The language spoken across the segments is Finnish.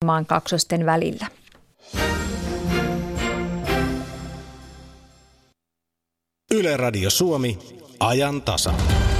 maan kaksosten välillä. Yle Radio Suomi, ajan tasa.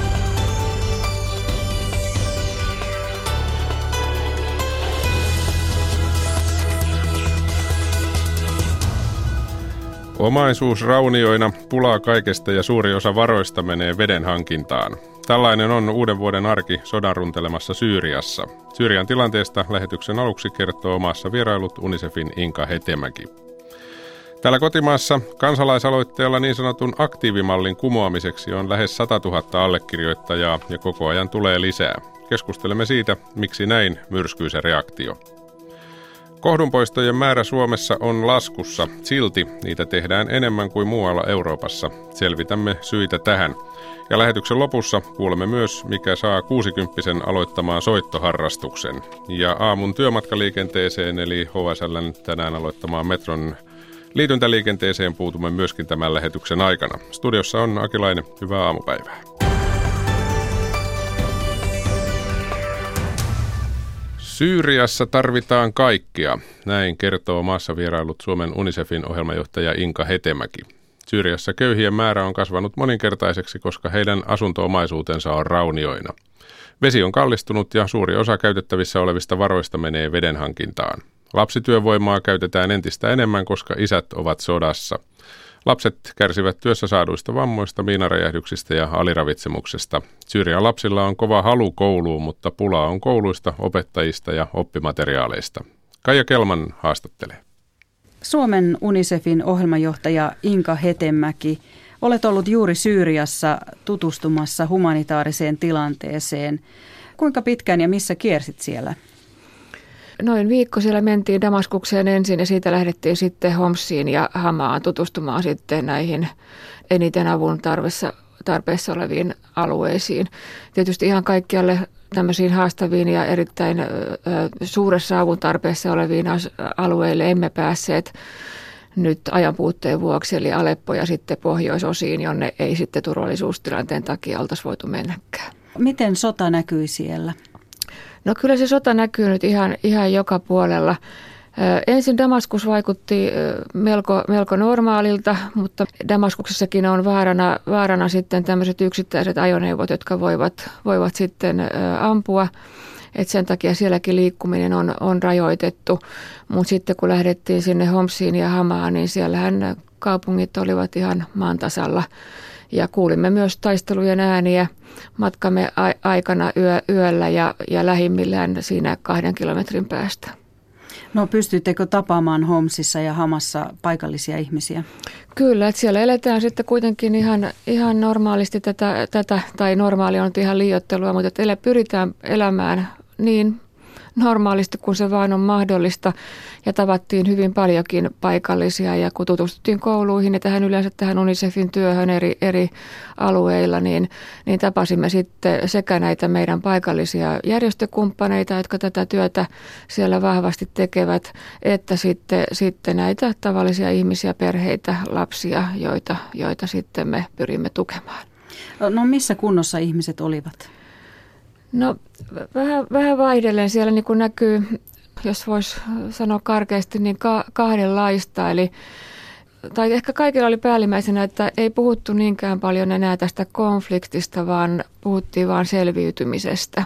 Omaisuus raunioina, pulaa kaikesta ja suuri osa varoista menee veden hankintaan. Tällainen on uuden vuoden arki sodan runtelemassa Syyriassa. Syyrian tilanteesta lähetyksen aluksi kertoo omassa vierailut UNICEFin Inka Hetemäki. Täällä kotimaassa kansalaisaloitteella niin sanotun aktiivimallin kumoamiseksi on lähes 100 000 allekirjoittajaa ja koko ajan tulee lisää. Keskustelemme siitä, miksi näin myrskyisä reaktio. Kohdunpoistojen määrä Suomessa on laskussa, silti niitä tehdään enemmän kuin muualla Euroopassa. Selvitämme syitä tähän. Ja lähetyksen lopussa kuulemme myös, mikä saa 60-vuotiaan aloittamaan soittoharrastuksen. Ja aamun työmatkaliikenteeseen eli HSL:n tänään aloittamaan metron liityntäliikenteeseen puutumme myöskin tämän lähetyksen aikana. Studiossa on Aki Laine. Hyvää aamupäivää. Syyriassa tarvitaan kaikkea. Näin kertoo maassa vierailut Suomen UNICEFin ohjelmajohtaja Inka Hetemäki. Syyriassa köyhien määrä on kasvanut moninkertaiseksi, koska heidän asunto-omaisuutensa on raunioina. Vesi on kallistunut ja suuri osa käytettävissä olevista varoista menee veden hankintaan. Lapsityövoimaa käytetään entistä enemmän, koska isät ovat sodassa. Lapset kärsivät työssä saaduista vammoista, miinaräjähdyksistä ja aliravitsemuksesta. Syyrian lapsilla on kova halu kouluun, mutta pulaa on kouluista, opettajista ja oppimateriaaleista. Kaija Kelman haastattelee. Suomen UNICEFin ohjelmajohtaja Inka Hetemäki, olet ollut juuri Syyriassa tutustumassa humanitaariseen tilanteeseen. Kuinka pitkään ja missä kiersit siellä? Noin viikko siellä mentiin Damaskukseen ensin ja siitä lähdettiin sitten Homsiin ja Hamaan tutustumaan sitten näihin eniten avun tarpeessa oleviin alueisiin. Tietysti ihan kaikkialle tämmöisiin haastaviin ja erittäin suuressa avun tarpeessa oleviin alueille emme päässeet nyt ajanpuutteen vuoksi, eli Aleppo ja sitten pohjoisosiin, jonne ei sitten turvallisuustilanteen takia oltaisi voitu mennäkään. Miten sota näkyi siellä? No kyllä se sota näkyy nyt ihan joka puolella. Ensin Damaskus vaikutti melko normaalilta, mutta Damaskuksessakin on vaarana sitten tämmöiset yksittäiset ajoneuvot, jotka voivat sitten ampua. Et sen takia sielläkin liikkuminen on rajoitettu, mutta sitten kun lähdettiin sinne Homsiin ja Hamaan, niin siellähän kaupungit olivat ihan maan tasalla. Ja kuulimme myös taistelujen ääniä matkamme aikana yöllä ja lähimmillään siinä 2 kilometrin päästä. No pystyittekö tapaamaan Homsissa ja Hamassa paikallisia ihmisiä? Kyllä, että siellä eletään sitten kuitenkin ihan normaalisti tätä tai normaali on ihan liioittelua, mutta että pyritään elämään niin normaalisti kuin se vaan on mahdollista ja tavattiin hyvin paljonkin paikallisia ja kun tutustuttiin kouluihin ja tähän UNICEFin työhön eri alueilla, niin tapasimme sitten sekä näitä meidän paikallisia järjestökumppaneita, jotka tätä työtä siellä vahvasti tekevät, että sitten näitä tavallisia ihmisiä, perheitä, lapsia, joita sitten me pyrimme tukemaan. No missä kunnossa ihmiset olivat? No vähän vaihdellen siellä niin kuin näkyy, jos voisi sanoa karkeasti, niin kahdenlaista. Tai ehkä kaikilla oli päällimmäisenä, että ei puhuttu niinkään paljon enää tästä konfliktista, vaan puhuttiin vaan selviytymisestä.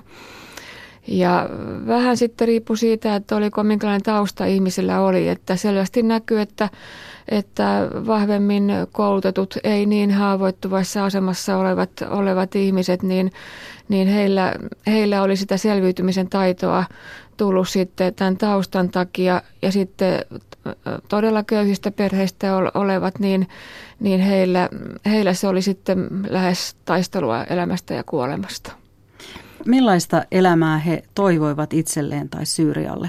Ja vähän sitten riippui siitä, että oliko minkälainen tausta ihmisillä oli, että selvästi näkyy, että vahvemmin koulutetut, ei niin haavoittuvassa asemassa olevat ihmiset, niin heillä oli sitä selviytymisen taitoa tullut sitten tämän taustan takia ja sitten todella köyhistä perheistä olevat, niin heillä se oli sitten lähes taistelua elämästä ja kuolemasta. Millaista elämää he toivoivat itselleen tai Syyrialle?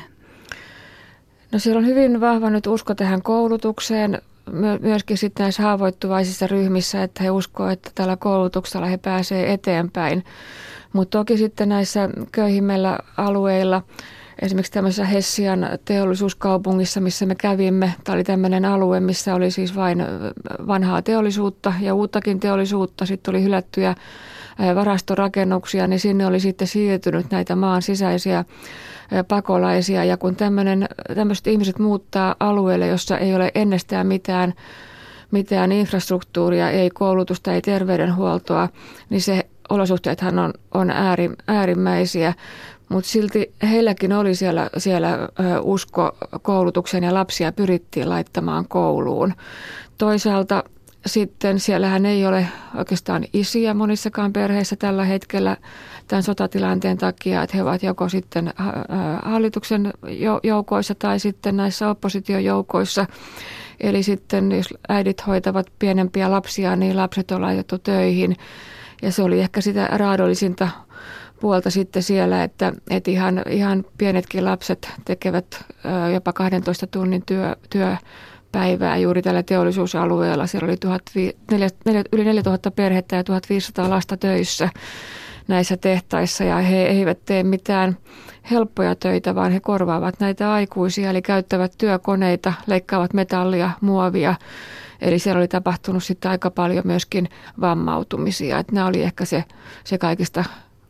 No siellä on hyvin vahva nyt usko tähän koulutukseen, myöskin sitten näissä haavoittuvaisissa ryhmissä, että he uskovat, että tällä koulutuksella he pääsevät eteenpäin. Mutta toki sitten näissä köyhimmillä alueilla, esimerkiksi tämmöisessä Hessian teollisuuskaupungissa, missä me kävimme, tämä oli tämmöinen alue, missä oli siis vain vanhaa teollisuutta ja uuttakin teollisuutta, sitten oli hylättyjä varastorakennuksia, niin sinne oli sitten siirtynyt näitä maan sisäisiä pakolaisia. Ja kun tämmöiset ihmiset muuttaa alueelle, jossa ei ole ennestään mitään infrastruktuuria, ei koulutusta, ei terveydenhuoltoa, niin se olosuhteethan on äärimmäisiä. Mutta silti heilläkin oli siellä usko koulutukseen ja lapsia pyrittiin laittamaan kouluun. Toisaalta sitten siellähän ei ole oikeastaan isiä monissakaan perheissä tällä hetkellä tämän sotatilanteen takia, että he ovat joko sitten hallituksen joukoissa tai sitten näissä oppositiojoukoissa. Eli sitten jos äidit hoitavat pienempiä lapsia, niin lapset on laitettu töihin. Ja se oli ehkä sitä raadollisinta puolta sitten siellä, että ihan pienetkin lapset tekevät jopa 12 tunnin työpäivää juuri tällä teollisuusalueella. Siellä oli yli 4000 perhettä ja 1500 lasta töissä näissä tehtaissa ja he eivät tee mitään helppoja töitä, vaan he korvaavat näitä aikuisia, eli käyttävät työkoneita, leikkaavat metallia, muovia. Eli siellä oli tapahtunut sitten aika paljon myöskin vammautumisia. Että nämä oli ehkä se kaikista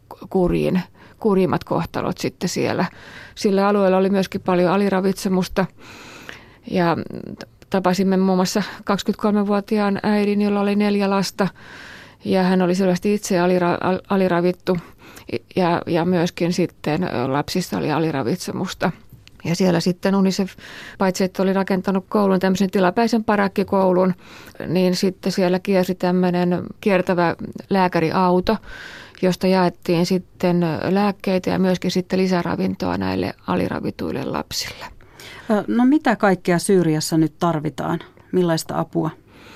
kurjimmat kohtalot sitten siellä. Sillä alueella oli myöskin paljon aliravitsemusta ja tapasimme muun muassa 23-vuotiaan äidin, jolla oli 4 lasta ja hän oli selvästi itse aliravittu ja myöskin sitten lapsista oli aliravitsemusta. Ja siellä sitten UNICEF, paitsi että oli rakentanut koulun, tämmöisen tilapäisen parakkikoulun, niin sitten siellä kiersi tämmöinen kiertävä lääkäriauto, josta jaettiin sitten lääkkeitä ja myöskin sitten lisäravintoa näille aliravituille lapsille. No mitä kaikkea Syyriassa nyt tarvitaan? Millaista apua?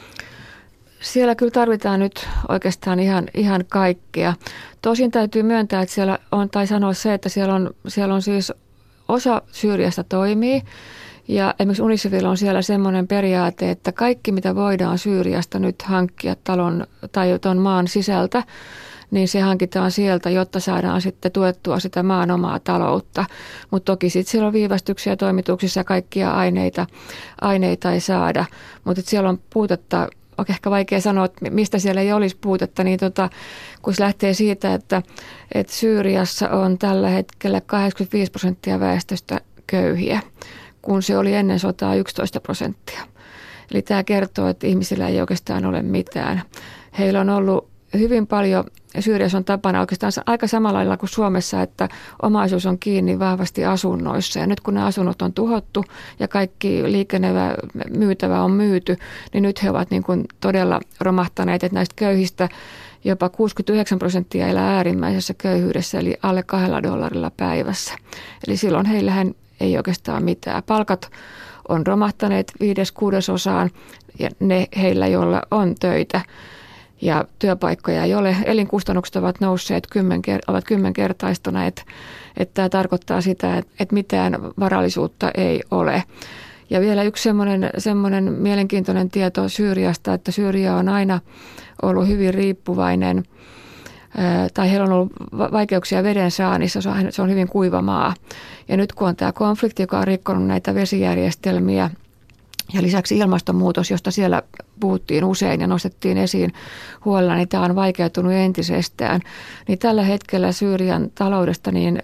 Siellä kyllä tarvitaan nyt oikeastaan ihan kaikkea. Tosin täytyy myöntää, että siellä on, tai sanoa se, että siellä on siis osa Syyriasta toimii ja esimerkiksi UNICEFilla on siellä semmoinen periaate, että kaikki mitä voidaan Syyriasta nyt hankkia talon tai tuon maan sisältä, niin se hankitaan sieltä, jotta saadaan sitten tuettua sitä maan omaa taloutta. Mutta toki sitten siellä on viivästyksiä toimituksissa ja kaikkia aineita ei saada, mutta siellä on puutetta. On ehkä vaikea sanoa, että mistä siellä ei olisi puutetta, niin kun se lähtee siitä, että Syyriassa on tällä hetkellä 85% väestöstä köyhiä, kun se oli ennen sotaa 11%. Eli tämä kertoo, että ihmisillä ei oikeastaan ole mitään. Heillä on ollut hyvin paljon, Syyriassa on tapana oikeastaan aika samalla lailla kuin Suomessa, että omaisuus on kiinni vahvasti asunnoissa. Ja nyt kun nämä asunnot on tuhottu ja kaikki liikennevä myytävä on myyty, niin nyt he ovat niin kuin todella romahtaneet, että näistä köyhistä jopa 69% elää äärimmäisessä köyhyydessä, eli alle $2 päivässä. Eli silloin heillähän ei oikeastaan mitään. Palkat on romahtaneet 5/6 ja ne heillä, joilla on töitä. Ja työpaikkoja ei ole. Elinkustannukset ovat nousseet, ovat 10-kertaistuneet. Että tämä tarkoittaa sitä, että mitään varallisuutta ei ole. Ja vielä yksi semmoinen mielenkiintoinen tieto Syyriasta, että Syyria on aina ollut hyvin riippuvainen, tai heillä on ollut vaikeuksia veden saannissa, se on hyvin kuiva maa. Ja nyt kun on tämä konflikti, joka on rikkonut näitä vesijärjestelmiä, ja lisäksi ilmastonmuutos, josta siellä puhuttiin usein ja nostettiin esiin huolella, niin tämä on vaikeutunut entisestään. Niin tällä hetkellä Syyrian taloudesta niin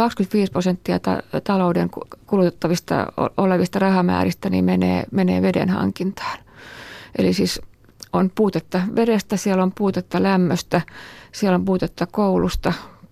25% talouden kulutettavista olevista rahamääristä niin menee veden hankintaan. Eli siis on puutetta vedestä, siellä on puutetta lämmöstä, siellä on puutetta koulusta,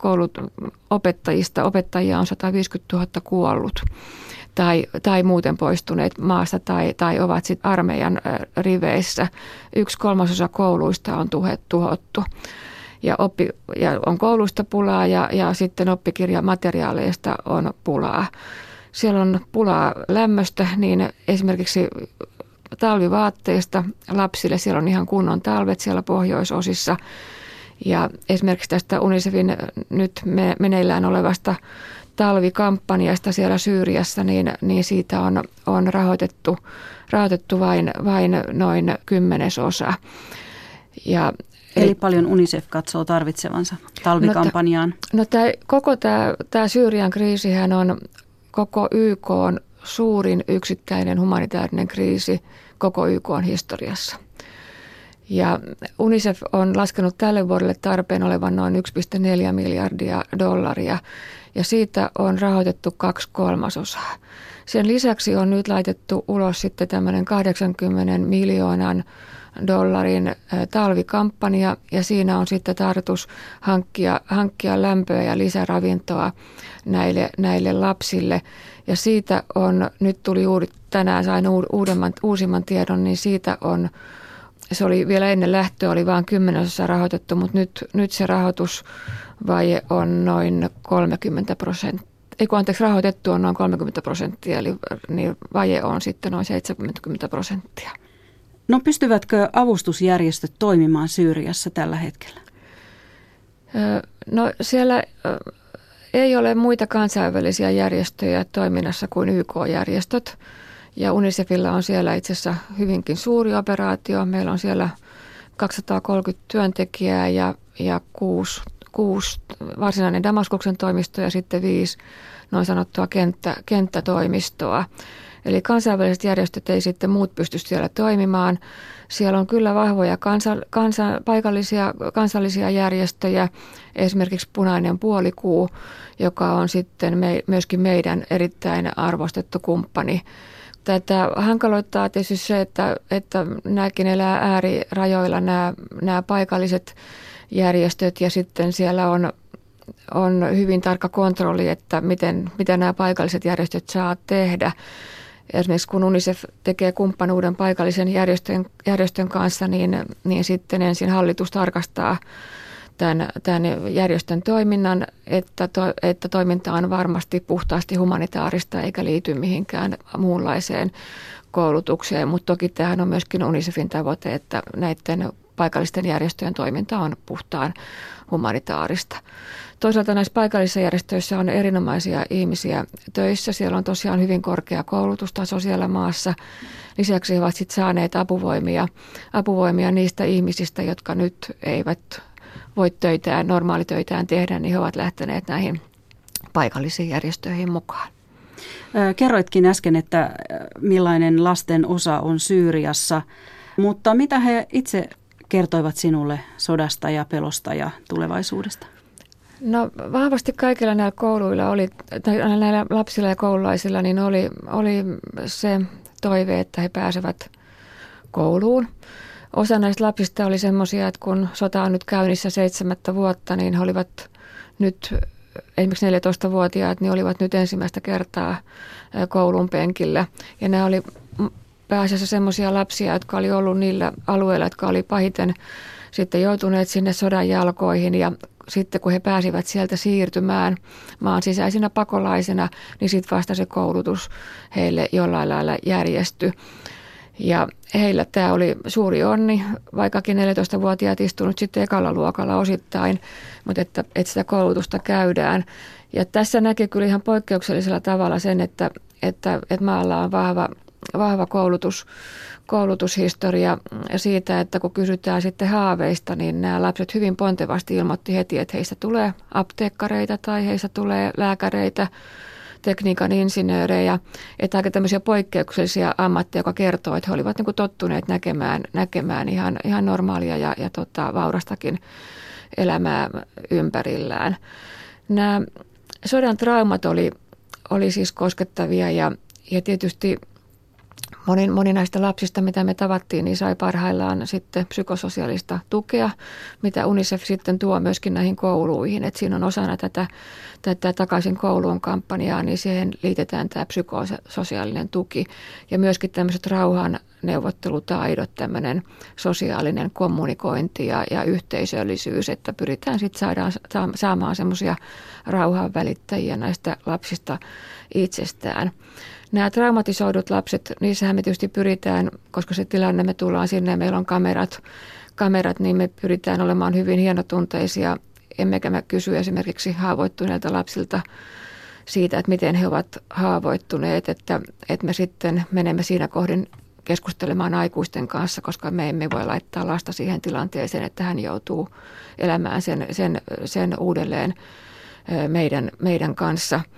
opettajia on 150 000 kuollut. Tai muuten poistuneet maasta tai ovat sitten armeijan riveissä. 1/3 kouluista on tuhottu. Ja on kouluista pulaa ja sitten oppikirjamateriaaleista on pulaa. Siellä on pulaa lämmöstä, niin esimerkiksi talvivaatteista lapsille. Siellä on ihan kunnon talvet siellä pohjoisosissa. Ja esimerkiksi tästä UNICEFin nyt meneillään olevasta talvikampanjasta siellä Syyriassa, niin siitä on rahoitettu vain noin 10%. Eli paljon UNICEF katsoo tarvitsevansa talvikampanjaan? Koko tämä Syyrian kriisihän on koko YK:n suurin yksittäinen humanitaarinen kriisi koko YK:n historiassa. Ja UNICEF on laskenut tälle vuodelle tarpeen olevan noin 1,4 miljardia dollaria ja siitä on rahoitettu 2/3. Sen lisäksi on nyt laitettu ulos sitten tämmöinen 80 miljoonan dollarin talvikampanja ja siinä on sitten tarkoitus hankkia lämpöä ja lisäravintoa näille lapsille. Ja siitä on, nyt tuli juuri tänään sain uusimman tiedon, niin siitä on, se oli vielä ennen lähtöä, oli vain 10% rahoitettu, mutta nyt se rahoitusvaje on noin 30%. Rahoitettu on noin 30%, eli niin vaje on sitten noin 70%. No pystyvätkö avustusjärjestöt toimimaan Syyriassa tällä hetkellä? No siellä ei ole muita kansainvälisiä järjestöjä toiminnassa kuin YK-järjestöt. Ja UNICEFilla on siellä itse asiassa hyvinkin suuri operaatio. Meillä on siellä 230 työntekijää ja 6 varsinainen Damaskuksen toimisto ja sitten 5 noin sanottua kenttätoimistoa. Eli kansainväliset järjestöt ei sitten muut pysty siellä toimimaan. Siellä on kyllä vahvoja paikallisia kansallisia järjestöjä, esimerkiksi Punainen puolikuu, joka on sitten myöskin meidän erittäin arvostettu kumppani. Tätä hankaloittaa tietysti se, että nämäkin elää äärirajoilla nämä paikalliset järjestöt ja sitten siellä on hyvin tarkka kontrolli, että mitä nämä paikalliset järjestöt saa tehdä. Esimerkiksi kun UNICEF tekee kumppanuuden paikallisen järjestön kanssa, niin sitten ensin hallitus tarkastaa tämän järjestön toiminnan, että toiminta on varmasti puhtaasti humanitaarista eikä liity mihinkään muunlaiseen koulutukseen. Mutta toki tämähän on myöskin UNICEFin tavoite, että näiden paikallisten järjestöjen toiminta on puhtaan humanitaarista. Toisaalta näissä paikallisissa järjestöissä on erinomaisia ihmisiä töissä. Siellä on tosiaan hyvin korkea koulutustaso siellä maassa. Lisäksi he ovat sitten saaneet apuvoimia niistä ihmisistä, jotka nyt eivät voi normaalitöitään tehdä, niin he ovat lähteneet näihin paikallisiin järjestöihin mukaan. Kerroitkin äsken, että millainen lasten osa on Syyriassa, mutta mitä he itse kertoivat sinulle sodasta ja pelosta ja tulevaisuudesta? No vahvasti kaikilla näillä kouluilla näillä lapsilla ja koululaisilla niin oli se toive, että he pääsevät kouluun. Osa näistä lapsista oli semmoisia, että kun sota on nyt käynnissä 7 vuotta, niin he olivat nyt, esimerkiksi 14-vuotiaat, niin olivat nyt ensimmäistä kertaa koulun penkillä. Ja nämä oli pääasiassa semmoisia lapsia, jotka oli ollut niillä alueilla, jotka oli pahiten sitten joutuneet sinne sodan jalkoihin ja sitten kun he pääsivät sieltä siirtymään maan sisäisinä pakolaisina, niin sitten vasta se koulutus heille jollain lailla järjestyi. Ja heillä tämä oli suuri onni, vaikkakin 14-vuotiaat istunut sitten ekalla luokalla osittain, mutta että sitä koulutusta käydään. Ja tässä näkee kyllä ihan poikkeuksellisella tavalla sen, että maalla on vahva koulutushistoria siitä, että kun kysytään sitten haaveista, niin nämä lapset hyvin pontevasti ilmoitti heti, että heistä tulee apteekkareita tai heistä tulee lääkäreitä, tekniikan insinöörejä, että aika tämmöisiä poikkeuksellisia ammatteja, joka kertoo, että he olivat niin kuin tottuneet näkemään ihan normaalia ja vaurastakin elämää ympärillään. Nämä sodan traumat oli siis koskettavia ja tietysti moni näistä lapsista, mitä me tavattiin, niin sai parhaillaan sitten psykososiaalista tukea, mitä UNICEF sitten tuo myöskin näihin kouluihin. Et siinä on osana tätä takaisin kouluun kampanjaa, niin siihen liitetään tämä psykososiaalinen tuki ja myöskin tämmöiset rauhan neuvottelutaidot, tämmöinen sosiaalinen kommunikointi ja yhteisöllisyys, että pyritään sitten saamaan semmoisia rauhan välittäjiä näistä lapsista itsestään. Nämä traumatisoidut lapset, niissähän me tietysti pyritään, koska se tilanne, me tullaan sinne ja meillä on kamerat, niin me pyritään olemaan hyvin hienotunteisia. Emmekä me kysy esimerkiksi haavoittuneilta lapsilta siitä, että miten he ovat haavoittuneet, että me sitten menemme siinä kohdin keskustelemaan aikuisten kanssa, koska me emme voi laittaa lasta siihen tilanteeseen, että hän joutuu elämään sen uudelleen meidän kanssa.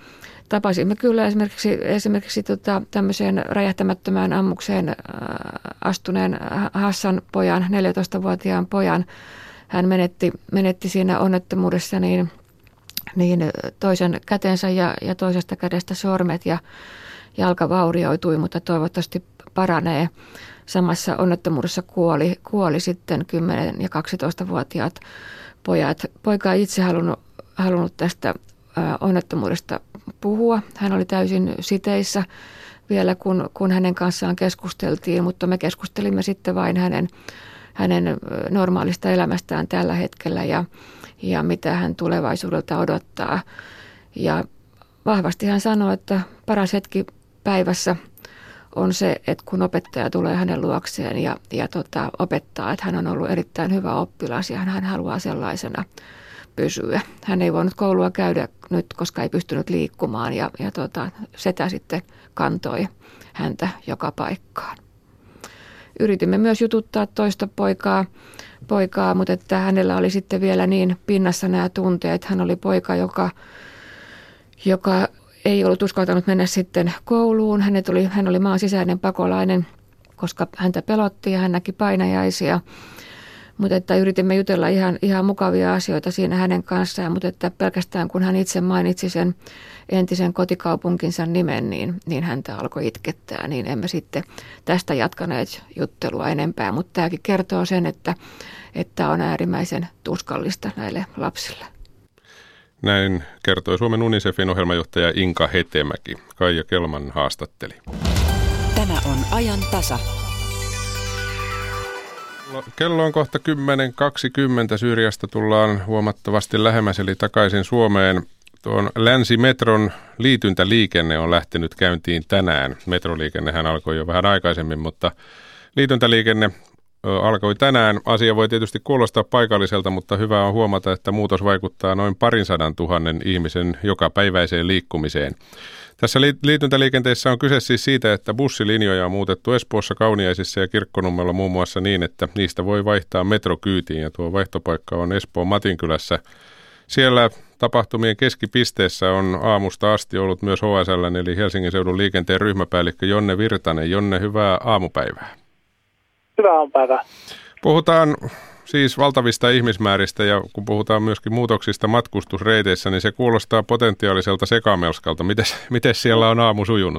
tapasimme kyllä esimerkiksi tämmöiseen räjähtämättömään ammukseen astuneen Hassan pojan, 14-vuotiaan pojan. Hän menetti siinä onnettomuudessa niin toisen kätensä ja toisesta kädestä sormet ja jalka vaurioitui, mutta toivottavasti paranee. Samassa onnettomuudessa kuoli sitten 10- ja 12-vuotiaat pojat. Poika ei itse halunnut tästä onnettomuudesta puhua. Hän oli täysin siteissä vielä, kun hänen kanssaan keskusteltiin, mutta me keskustelimme sitten vain hänen normaalista elämästään tällä hetkellä ja mitä hän tulevaisuudelta odottaa. Ja vahvasti hän sanoi, että paras hetki päivässä on se, että kun opettaja tulee hänen luokseen ja opettaa, että hän on ollut erittäin hyvä oppilas ja hän haluaa sellaisena pysyä. Hän ei voinut koulua käydä nyt, koska ei pystynyt liikkumaan ja setä sitten kantoi häntä joka paikkaan. Yritimme myös jututtaa toista poikaa, mutta että hänellä oli sitten vielä niin pinnassa nämä tunteet. Hän oli poika, joka ei ollut uskaltanut mennä sitten kouluun. Hän oli maan sisäinen pakolainen, koska häntä pelotti ja hän näki painajaisia. Mutta että yritimme jutella ihan mukavia asioita siinä hänen kanssaan, mutta että pelkästään kun hän itse mainitsi sen entisen kotikaupunkinsa nimen, niin häntä alkoi itkettää, niin emme sitten tästä jatkaneet juttelua enempää. Mutta tämäkin kertoo sen, että on äärimmäisen tuskallista näille lapsille. Näin kertoi Suomen UNICEFin ohjelmajohtaja Inka Hetemäki. Kaija Kelman haastatteli. Tämä on ajan tasa. Kello on kohta 10.20. Syyriasta tullaan huomattavasti lähemmäs, eli takaisin Suomeen. Tuon Länsimetron liityntäliikenne on lähtenyt käyntiin tänään. Metroliikennehän alkoi jo vähän aikaisemmin, mutta liityntäliikenne alkoi tänään. Asia voi tietysti kuulostaa paikalliselta, mutta hyvä on huomata, että muutos vaikuttaa noin 200 000 ihmisen jokapäiväiseen liikkumiseen. Tässä liityntäliikenteessä on kyse siis siitä, että bussilinjoja on muutettu Espoossa, Kauniaisissa ja Kirkkonummella muun muassa niin, että niistä voi vaihtaa metrokyytiin, ja tuo vaihtopaikka on Espoon Matinkylässä. Siellä tapahtumien keskipisteessä on aamusta asti ollut myös HSL:n eli Helsingin seudun liikenteen ryhmäpäällikkö Jonne Virtanen. Jonne, hyvää aamupäivää. Hyvää aamupäivää. Puhutaan siis valtavista ihmismääristä ja kun puhutaan myöskin muutoksista matkustusreiteissä, niin se kuulostaa potentiaaliselta sekamelskalta. Miten siellä on aamu sujunut?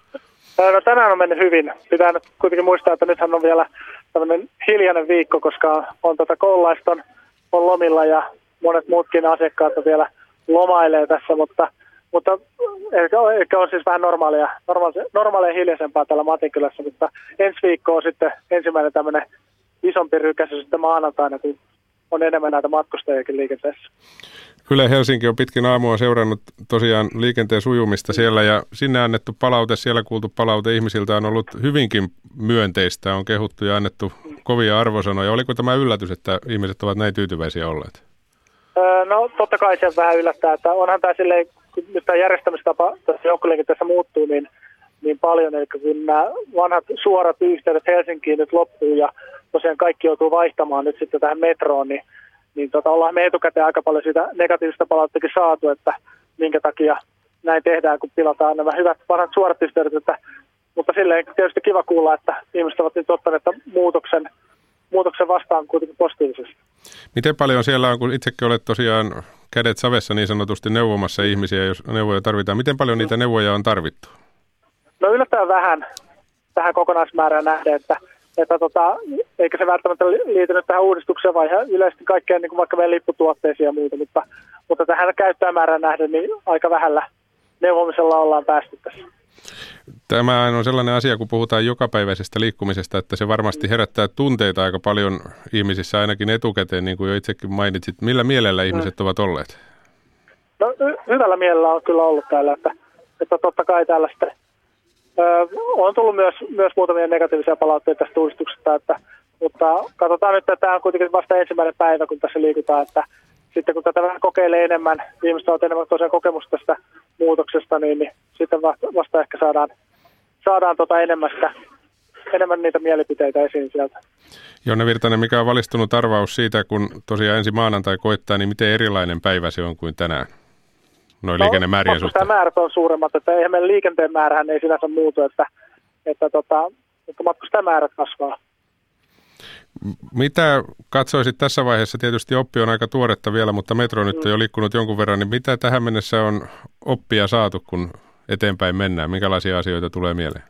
No, tänään on mennyt hyvin. Pitää nyt kuitenkin muistaa, että nythän on vielä tämmöinen hiljainen viikko, koska on koululaiset on lomilla ja monet muutkin asiakkaat on vielä lomailee tässä, mutta ehkä on siis vähän normaalia hiljaisempaa täällä Matinkylässä, mutta ensi viikko on sitten ensimmäinen tämmöinen isompi rykäsy sitten maanantaina, kun on enemmän näitä matkustajiakin liikenteessä. Yle Helsinki on pitkin aamua seurannut tosiaan liikenteen sujumista siellä ja sinne annettu palaute, siellä kuultu palaute ihmisiltä on ollut hyvinkin myönteistä, on kehuttu ja annettu kovia arvosanoja. Oliko tämä yllätys, että ihmiset ovat näin tyytyväisiä olleet? No totta kai se vähän yllättää, että onhan tämä silleen, kun nyt tämä järjestämistapa tässä joukkoliikenteessä muuttuu niin paljon, eli kun nämä vanhat suorat yhteydet Helsinkiin nyt loppuu ja tosiaan kaikki joutuu vaihtamaan nyt sitten tähän metroon, niin ollaan me etukäteen aika paljon siitä negatiivista palauttakin saatu, että minkä takia näin tehdään, kun pilataan nämä hyvät vanhat suorat yhteydet, mutta silleen tietysti kiva kuulla, että ihmiset ovat nyt ottaneet muutoksen vastaan kuitenkin positiivisesti. Miten paljon siellä on, kun itsekin olet tosiaan kädet savessa niin sanotusti neuvomassa ihmisiä, jos neuvoja tarvitaan, miten paljon niitä neuvoja on tarvittu? No yllättävän vähän tähän kokonaismäärään nähden, että eikä se välttämättä liity tähän uudistukseen, vaan ihan yleisesti kaikkeen niin kuin vaikka meidän lipputuotteisiin ja muuta, mutta tähän käyttäjämäärään nähden niin aika vähällä neuvomisella ollaan päästy tässä. Tämä on sellainen asia, kun puhutaan jokapäiväisestä liikkumisesta, että se varmasti herättää tunteita aika paljon ihmisissä ainakin etukäteen, niin kuin jo itsekin mainitsit. Millä mielellä ihmiset ovat olleet? No hyvällä mielellä on kyllä ollut täällä, että totta kai täällä sitten on tullut myös muutamia negatiivisia palautteita tästä uudistuksesta, mutta katsotaan nyt, että tämä on kuitenkin vasta ensimmäinen päivä, kun tässä liikutaan, että sitten kun tätä vähän kokeilee enemmän, ihmiset on enemmän tosiaan kokemusta tästä muutoksesta, niin sitten vasta ehkä saadaan enemmän niitä mielipiteitä esiin sieltä. Jonne Virtanen, mikä on valistunut arvaus siitä, kun tosiaan ensi maanantai koittaa, niin miten erilainen päivä se on kuin tänään? noin liikennemäärien suhteen? Matkustajamäärät on suuremmat, että eihän meidän liikenteen määrähän ei sinänsä muutu, että matkustajamäärät kasvaa. Mitä katsoisit tässä vaiheessa? Tietysti oppi on aika tuoretta vielä, mutta metro nyt on jo liikkunut jonkun verran, niin mitä tähän mennessä on oppia saatu, kun eteenpäin mennään? Minkälaisia asioita tulee mieleen?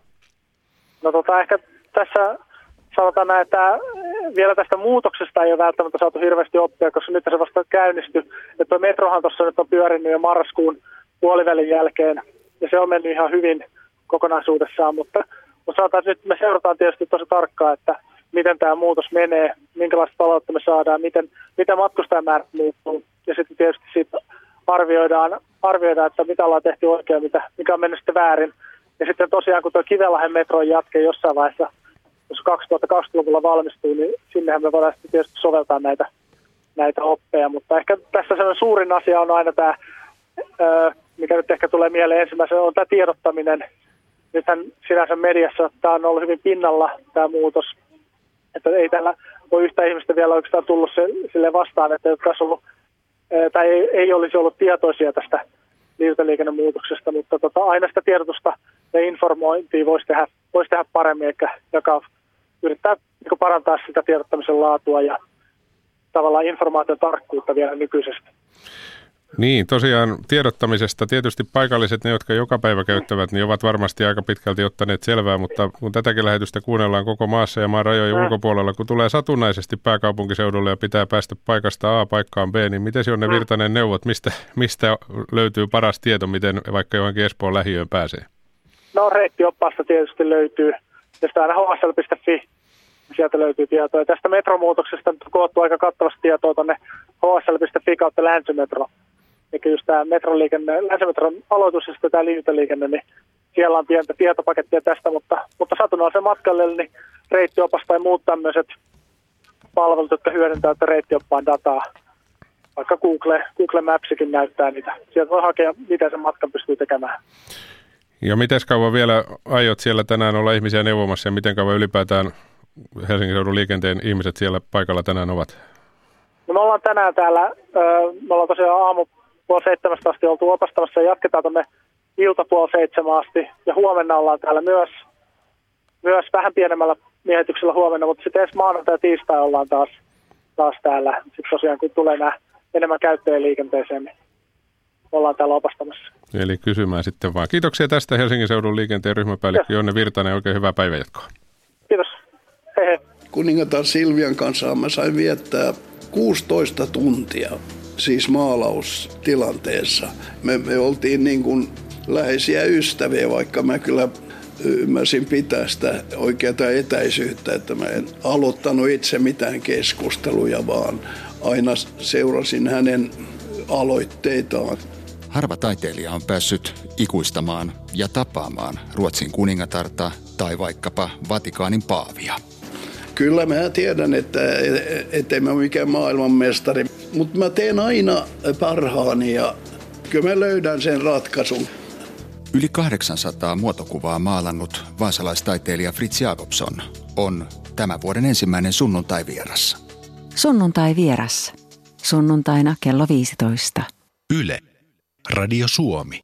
No ehkä tässä sanotaan näin, että vielä tästä muutoksesta ei ole välttämättä saatu hirveästi oppia, koska nyt se vasta käynnistyi. Että tuo metrohan tuossa nyt on pyörinyt jo marraskuun puolivälin jälkeen, ja se on mennyt ihan hyvin kokonaisuudessaan, mutta sanotaan, että nyt me seurataan tietysti tosi tarkkaan, että miten tämä muutos menee, minkälaista taloutta me saadaan, miten matkustajamäärät muuttuu, ja sitten tietysti siitä arvioidaan, että mitä ollaan tehty oikein, mikä on mennyt sitten väärin. Ja sitten tosiaan, kun tuo Kivelahden metron jatke jossain vaiheessa, jos 2020-luvulla valmistuu, niin sinnehän me voidaan sitten tietysti soveltaa näitä oppeja. Mutta ehkä tässä sellainen suurin asia on aina tämä, mikä nyt ehkä tulee mieleen ensimmäisenä, on tämä tiedottaminen. Nythän sinänsä mediassa tämä on ollut hyvin pinnalla, tämä muutos. Että ei täällä ole yhtä ihmistä vielä oikeastaan tullut sille vastaan, että jotka olisi ollut, tai ei olisi ollut tietoisia tästä liikennemuutoksesta, mutta aina sitä tiedotusta ja informointia voisi tehdä paremmin, joka yrittää parantaa sitä tiedottamisen laatua ja tavallaan informaation tarkkuutta vielä nykyisestä. Niin, tosiaan tiedottamisesta tietysti paikalliset, ne jotka joka päivä käyttävät, niin ovat varmasti aika pitkälti ottaneet selvää, mutta kun tätäkin lähetystä kuunnellaan koko maassa ja maan rajojen ulkopuolella, kun tulee satunnaisesti pääkaupunkiseudulle ja pitää päästä paikasta A paikkaan B, niin miten Jonne Virtanen neuvot, mistä löytyy paras tieto, miten vaikka johonkin Espoon lähiöön pääsee? No reittioppaasta tietysti löytyy, ja sitä aina hsl.fi, sieltä löytyy tietoa. Ja tästä metromuutoksesta on koottu aika kattavasti tietoa tuonne hsl.fi kautta länsimetro. Eli just tämä länsimetron aloitus ja sitten tämä liitoliikenne, niin siellä on pientä tietopakettia tästä, mutta satunnaisen matkalle niin reittiopas tai muut tämmöiset palvelut, jotka hyödyntää reittioppaan dataa. Vaikka Google Mapsikin näyttää niitä. Sieltä voi hakea, miten sen matkan pystyy tekemään. Ja miten kauan vielä aiot siellä tänään olla ihmisiä neuvomassa ja miten kauan ylipäätään Helsingin seudun liikenteen ihmiset siellä paikalla tänään ovat? No me ollaan tänään täällä, me ollaan tosiaan aamu 6:30 asti oltu opastamassa ja jatketaan tuonne ilta 6:30 asti. Ja huomenna ollaan täällä myös vähän pienemmällä miehityksellä huomenna, mutta sitten ensi maanantai ja tiistai ollaan taas täällä. Sitten tosiaan kun tulee nämä enemmän käyttäjien liikenteeseen, niin ollaan täällä opastamassa. Eli kysymään sitten vaan. Kiitoksia tästä Helsingin seudun liikenteen ryhmäpäällikkö Jonne Virtanen. Oikein hyvää päivänjatkoa. Kiitos. Hei hei. Kuningatar Silvian kanssa mä sain viettää 16 tuntia. Siis maalaustilanteessa. Me oltiin niin kuin läheisiä ystäviä, vaikka mä kyllä ymmärsin pitää sitä oikeata etäisyyttä, että mä en aloittanut itse mitään keskusteluja, vaan aina seurasin hänen aloitteitaan. Harva taiteilija on päässyt ikuistamaan ja tapaamaan Ruotsin kuningatarta tai vaikkapa Vatikaanin paavia. Kyllä mä tiedän, että en mä ole mikään maailmanmestari, mutta mä teen aina parhaani ja kyllä mä löydän sen ratkaisun. Yli 800 muotokuvaa maalannut vaasalaistaiteilija Fritz Jakobson on tämän vuoden ensimmäinen sunnuntai-vieras. Sunnuntai-vieras. Sunnuntaina kello 15. Yle. Radio Suomi.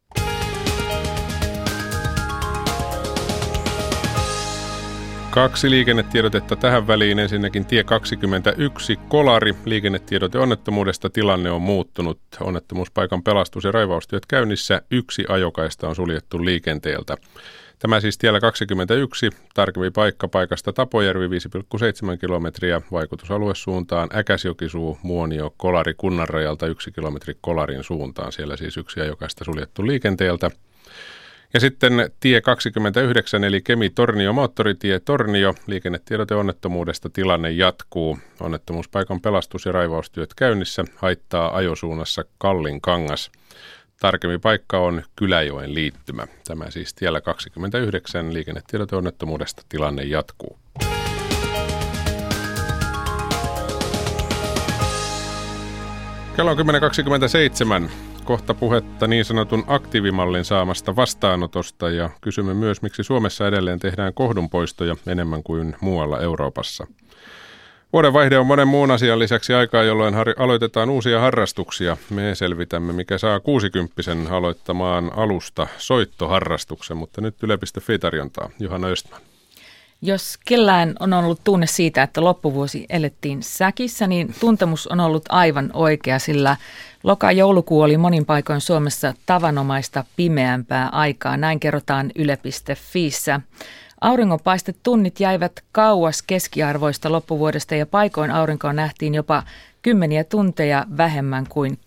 Kaksi liikennetiedotetta tähän väliin. Ensinnäkin tie 21 Kolari. Liikennetiedote onnettomuudesta. Tilanne on muuttunut. Onnettomuuspaikan pelastus- ja raivaustyöt käynnissä. Yksi ajokaista on suljettu liikenteeltä. Tämä siis tiellä 21. Tarkempi paikka paikasta Tapojärvi 5,7 kilometriä. Vaikutusaluesuuntaan Äkäsjokisuu, Muonio, Kolari kunnanrajalta 1 kilometri Kolarin suuntaan. Siellä siis yksi ajokaista suljettu liikenteeltä. Ja sitten tie 29 eli Kemi-Tornio moottoritie Tornio. Liikennetiedote onnettomuudesta. Tilanne jatkuu. Onnettomuuspaikan pelastus- ja raivaustyöt käynnissä. Haittaa ajosuunnassa Kallinkangas. Tarkempi paikka on Kyläjoen liittymä. Tämä siis tiellä 29. Liikennetiedote onnettomuudesta. Tilanne jatkuu. Kello on 10.27. Kohta puhetta niin sanotun aktiivimallin saamasta vastaanotosta ja kysymme myös, miksi Suomessa edelleen tehdään kohdunpoistoja enemmän kuin muualla Euroopassa. Vuodenvaihde on monen muun asian lisäksi aikaa, jolloin aloitetaan uusia harrastuksia. Me selvitämme, mikä saa 60-vuotiaan aloittamaan alusta soittoharrastuksen, mutta nyt Yle.fi tarjontaa. Johanna Östman. Jos kellään on ollut tunne siitä, että loppuvuosi elettiin säkissä, niin tuntemus on ollut aivan oikea, sillä loka-joulukuu oli monin paikoin Suomessa tavanomaista pimeämpää aikaa. Näin kerrotaan Yle.fiissä. Auringonpaistetunnit jäivät kauas keskiarvoista loppuvuodesta ja paikoin aurinkoa nähtiin jopa 10 tunteja vähemmän kuin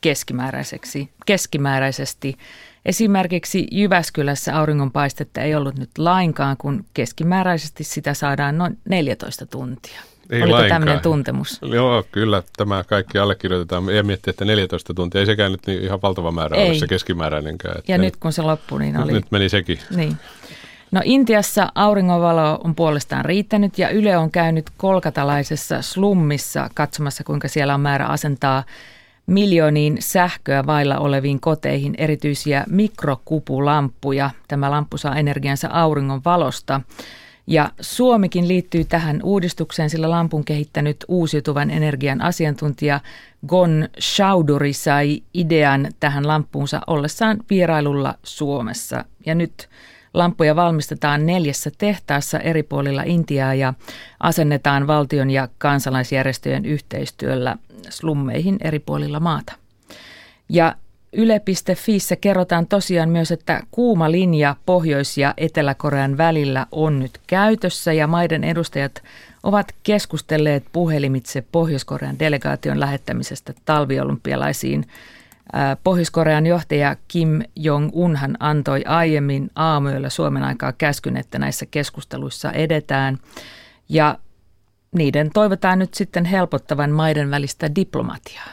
keskimääräisesti. Esimerkiksi Jyväskylässä auringonpaistetta ei ollut nyt lainkaan, kun keskimääräisesti sitä saadaan noin 14 tuntia. Ei Oliko lainkaan tämmöinen tuntemus? Joo, kyllä tämä kaikki allekirjoitetaan. Ei miettiä, että 14 tuntia. Ei sekään nyt niin ihan valtava määrä ole se keskimääräinenkään. Ja nyt kun se loppui, niin oli... Nyt meni sekin. Niin. No Intiassa auringonvalo on puolestaan riittänyt ja Yle on käynyt kolkatalaisessa slummissa katsomassa, kuinka siellä on määrä asentaa miljooniin sähköä vailla oleviin koteihin erityisiä mikrokupulamppuja. Tämä lamppu saa energiansa auringon valosta. Ja Suomikin liittyy tähän uudistukseen, sillä lampun kehittänyt uusiutuvan energian asiantuntija Gon Chaudhuri sai idean tähän lampuunsa ollessaan vierailulla Suomessa. Ja nyt lamppuja valmistetaan 4 tehtaassa eri puolilla Intiaa ja asennetaan valtion ja kansalaisjärjestöjen yhteistyöllä slummeihin eri puolilla maata. Ja Yle.fiissä kerrotaan tosiaan myös, että kuuma linja Pohjois- ja Etelä-Korean välillä on nyt käytössä ja maiden edustajat ovat keskustelleet puhelimitse Pohjois-Korean delegaation lähettämisestä talviolympialaisiin. Pohjois-Korean johtaja Kim Jong-unhan antoi aiemmin aamuyöllä Suomen aikaa käskyn, että näissä keskusteluissa edetään ja niiden toivotaan nyt sitten helpottavan maiden välistä diplomatiaa.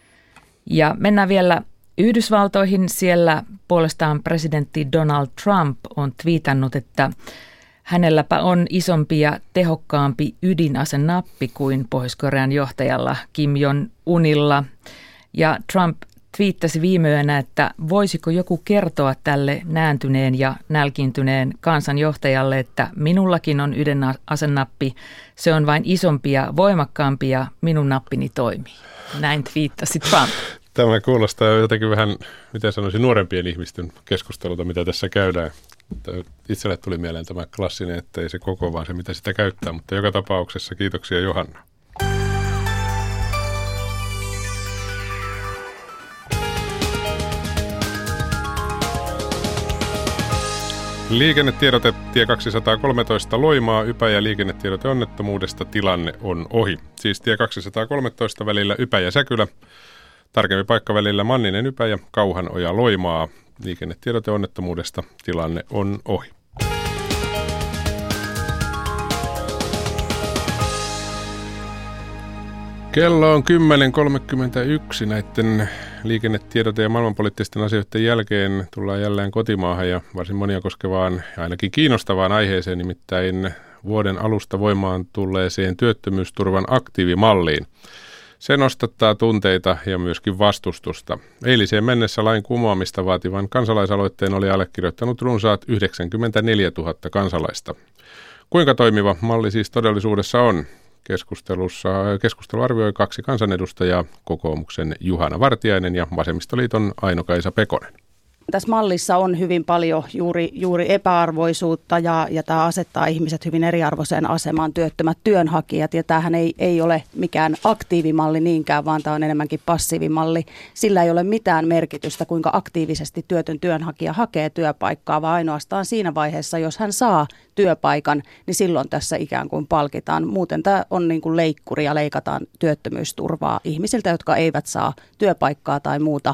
Ja mennään vielä Yhdysvaltoihin. Siellä puolestaan presidentti Donald Trump on twiitannut, että hänelläpä on isompi ja tehokkaampi ydinasenappi kuin Pohjois-Korean johtajalla Kim Jong-unilla. Ja Trump twiittasi viime yönä, että voisiko joku kertoa tälle nääntyneen ja nälkiintyneen kansanjohtajalle, että minullakin on ydinasennappi, se on vain isompi ja voimakkaampi ja minun nappini toimii. Näin twiittasi Trump. Tämä kuulostaa jotenkin vähän, miten sanoisin, nuorempien ihmisten keskustelulta, mitä tässä käydään. Itselle tuli mieleen tämä klassinen, että ei se koko, vaan se, mitä sitä käyttää. Mutta joka tapauksessa kiitoksia Johanna. Liikennetiedote tie 213 Loimaa, Ypäjä liikennetiedote onnettomuudesta, tilanne on ohi. Siis tie 213 välillä Ypäjä-Säkylä, tarkempi paikka välillä Manninen Ypäjä, Kauhanoja Loimaa, liikennetiedote onnettomuudesta, tilanne on ohi. Kello on 10.31. Näiden liikennetiedote- ja maailmanpoliittisten asioiden jälkeen tullaan jälleen kotimaahan ja varsin monia koskevaan ja ainakin kiinnostavaan aiheeseen, nimittäin vuoden alusta voimaan tulleeseen työttömyysturvan aktiivimalliin. Se nostattaa tunteita ja myöskin vastustusta. Eiliseen mennessä lain kumoamista vaativan kansalaisaloitteen oli allekirjoittanut runsaat 94 000 kansalaista. Kuinka toimiva malli siis todellisuudessa on? Keskustelu arvioi 2 kansanedustajaa, kokoomuksen Juhana Vartiainen ja vasemmistoliiton Aino-Kaisa Pekonen. Tässä mallissa on hyvin paljon juuri epäarvoisuutta ja tämä asettaa ihmiset hyvin eriarvoiseen asemaan, työttömät työnhakijat. Ja tämähän ei ole mikään aktiivimalli niinkään, vaan tämä on enemmänkin passiivimalli. Sillä ei ole mitään merkitystä, kuinka aktiivisesti työtön työnhakija hakee työpaikkaa, vaan ainoastaan siinä vaiheessa, jos hän saa työpaikan, niin silloin tässä ikään kuin palkitaan. Muuten tämä on niin kuin leikkuri ja leikataan työttömyysturvaa ihmisiltä, jotka eivät saa työpaikkaa tai muuta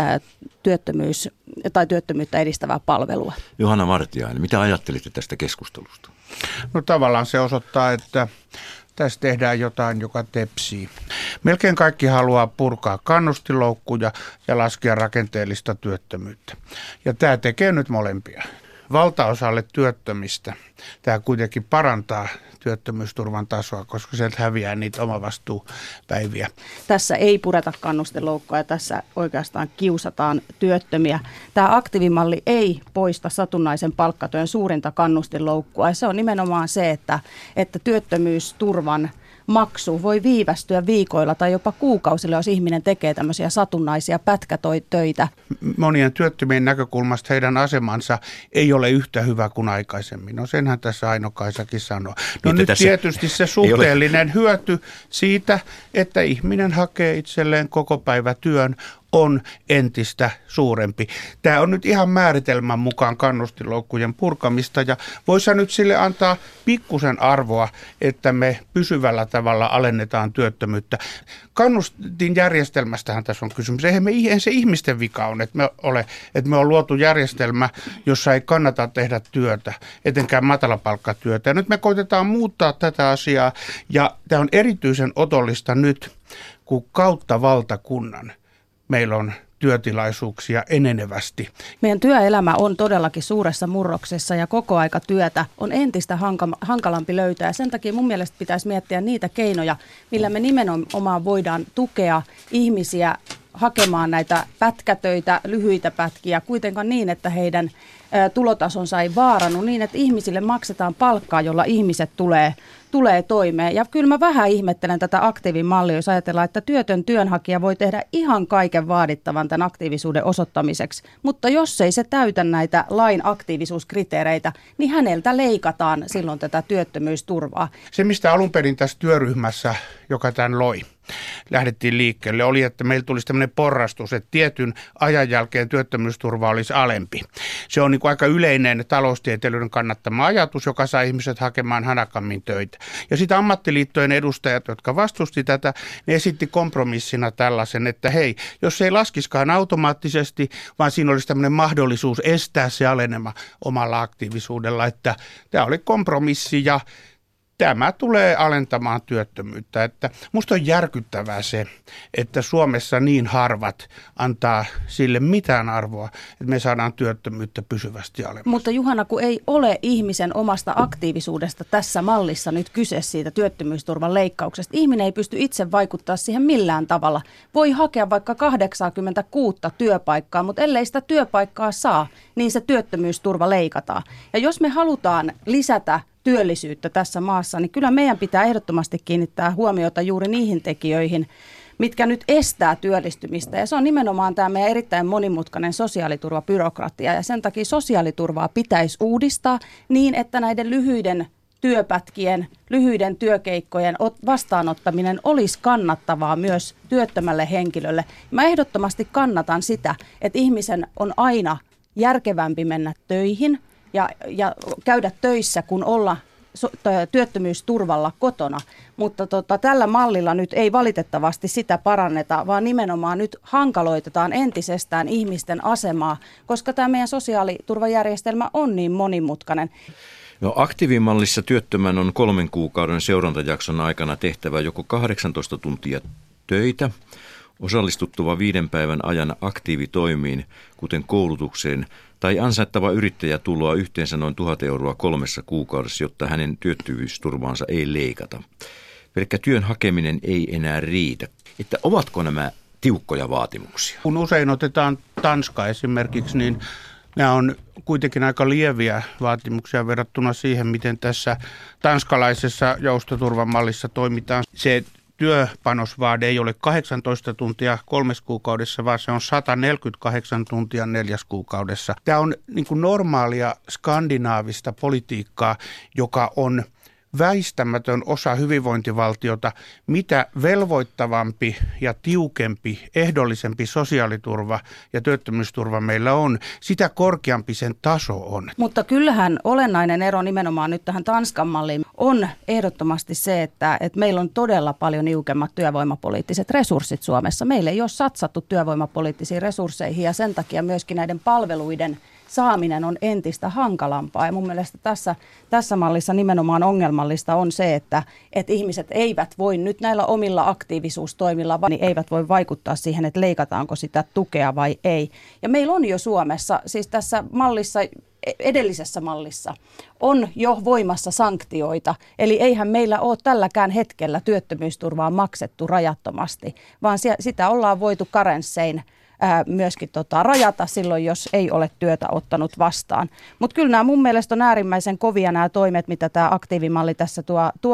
työttömyyttä edistävää palvelua. Juhana Vartiainen, mitä ajattelitte tästä keskustelusta? No tavallaan se osoittaa, että tässä tehdään jotain, joka tepsii. Melkein kaikki haluaa purkaa kannustinloukkuja ja laskea rakenteellista työttömyyttä. Ja tämä tekee nyt molempia. Valtaosalle työttömistä tämä kuitenkin parantaa työttömyysturvan tasoa, koska sieltä häviää niitä omavastuupäiviä. Tässä ei pureta kannustinloukkoja, tässä oikeastaan kiusataan työttömiä. Tämä aktiivimalli ei poista satunnaisen palkkatyön suurinta kannustinloukkua. Se on nimenomaan se, että työttömyysturvan maksu voi viivästyä viikoilla tai jopa kuukausilla, jos ihminen tekee tämmöisiä satunnaisia pätkätöitä. Monien työttömien näkökulmasta heidän asemansa ei ole yhtä hyvä kuin aikaisemmin. No senhän tässä Aino-Kaisakin sanoo. No nyt tietysti se suhteellinen hyöty siitä, että ihminen hakee itselleen kokopäivätyön, on entistä suurempi. Tämä on nyt ihan määritelmän mukaan kannustinloukkujen purkamista ja voisi nyt sille antaa pikkusen arvoa, että me pysyvällä tavalla alennetaan työttömyyttä. Kannustinjärjestelmästähän tässä on kysymys. Eihän se ihmisten vika on, että me on luotu järjestelmä, jossa ei kannata tehdä työtä, etenkään matalapalkkatyötä. Ja nyt me koitetaan muuttaa tätä asiaa ja tämä on erityisen otollista nyt, kun kautta valtakunnan meillä on työtilaisuuksia enenevästi. Meidän työelämä on todellakin suuressa murroksessa ja kokoaikatyötä on entistä hankalampi löytää. Sen takia mun mielestä pitäisi miettiä niitä keinoja, millä me nimenomaan voidaan tukea ihmisiä hakemaan näitä pätkätöitä, lyhyitä pätkiä, kuitenkaan niin, että heidän tulotasonsa ei vaarannu, niin että ihmisille maksetaan palkkaa, jolla ihmiset tulee toimeen. Ja kyllä mä vähän ihmettelen tätä aktiivimallia, jos ajatellaan, että työtön työnhakija voi tehdä ihan kaiken vaadittavan tämän aktiivisuuden osoittamiseksi, mutta jos ei se täytä näitä lain aktiivisuuskriteereitä, niin häneltä leikataan silloin tätä työttömyysturvaa. Se, mistä alun perin tässä työryhmässä, joka tämän loi, lähdettiin liikkeelle, oli, että meillä tulisi tämmöinen porrastus, että tietyn ajan jälkeen työttömyysturva olisi alempi. Se on niin kuin aika yleinen taloustieteilijöiden kannattama ajatus, joka saa ihmiset hakemaan hanakammin töitä. Ja sitten ammattiliittojen edustajat, jotka vastusti tätä, ne esitti kompromissina tällaisen, että hei, jos se ei laskiskaan automaattisesti, vaan siinä olisi tämmöinen mahdollisuus estää se alenema omalla aktiivisuudella, että tämä oli kompromissi ja tämä tulee alentamaan työttömyyttä. Että musta on järkyttävää se, että Suomessa niin harvat antaa sille mitään arvoa, että me saadaan työttömyyttä pysyvästi alemmas. Mutta Juhana, kun ei ole ihmisen omasta aktiivisuudesta tässä mallissa nyt kyse siitä työttömyysturvan leikkauksesta. Ihminen ei pysty itse vaikuttaa siihen millään tavalla. Voi hakea vaikka 86 työpaikkaa, mutta ellei sitä työpaikkaa saa, niin se työttömyysturva leikataan. Ja jos me halutaan lisätä työllisyyttä tässä maassa, niin kyllä meidän pitää ehdottomasti kiinnittää huomiota juuri niihin tekijöihin, mitkä nyt estää työllistymistä. Ja se on nimenomaan tämä meidän erittäin monimutkainen sosiaaliturvabyrokratia. Ja sen takia sosiaaliturvaa pitäisi uudistaa niin, että näiden lyhyiden työpätkien, lyhyiden työkeikkojen vastaanottaminen olisi kannattavaa myös työttömälle henkilölle. Mä ehdottomasti kannatan sitä, että ihmisen on aina järkevämpi mennä töihin ja käydä töissä, kun olla työttömyysturvalla kotona. Mutta tällä mallilla nyt ei valitettavasti sitä paranneta, vaan nimenomaan nyt hankaloitetaan entisestään ihmisten asemaa, koska tämä meidän sosiaaliturvajärjestelmä on niin monimutkainen. No, aktiivimallissa työttömän on 3 kuukauden seurantajakson aikana tehtävä joko 18 tuntia töitä, osallistuttava 5 päivän ajan aktiivitoimiin, kuten koulutukseen, tai ansaittava yrittäjätuloa yhteensä noin 1 000 euroa 3 kuukaudessa, jotta hänen työttömyysturvaansa ei leikata. Pelkkä työn hakeminen ei enää riitä. Että ovatko nämä tiukkoja vaatimuksia? Kun usein otetaan Tanska esimerkiksi, niin nämä on kuitenkin aika lieviä vaatimuksia verrattuna siihen, miten tässä tanskalaisessa joustoturvamallissa toimitaan. Se työpanosvaade ei ole 18 tuntia 3 kuukaudessa, vaan se on 148 tuntia 4 kuukaudessa. Tämä on niin kuin normaalia skandinaavista politiikkaa, joka on väistämätön osa hyvinvointivaltiota. Mitä velvoittavampi ja tiukempi, ehdollisempi sosiaaliturva ja työttömyysturva meillä on, sitä korkeampi sen taso on. Mutta kyllähän olennainen ero nimenomaan nyt tähän Tanskan malliin on ehdottomasti se, että meillä on todella paljon niukemmat työvoimapoliittiset resurssit Suomessa. Meillä ei ole satsattu työvoimapoliittisiin resursseihin ja sen takia myöskin näiden palveluiden saaminen on entistä hankalampaa. Ja mun mielestä tässä mallissa nimenomaan ongelmallista on se, että ihmiset eivät voi nyt näillä omilla aktiivisuustoimilla, niin eivät voi vaikuttaa siihen, että leikataanko sitä tukea vai ei. Ja meillä on jo Suomessa, siis tässä mallissa, edellisessä mallissa, on jo voimassa sanktioita. Eli eihän meillä ole tälläkään hetkellä työttömyysturvaa maksettu rajattomasti, vaan sitä ollaan voitu karenssein myöskin rajata silloin, jos ei ole työtä ottanut vastaan. Mutta kyllä nämä mun mielestä on äärimmäisen kovia nämä toimet, mitä tämä aktiivimalli tässä tuo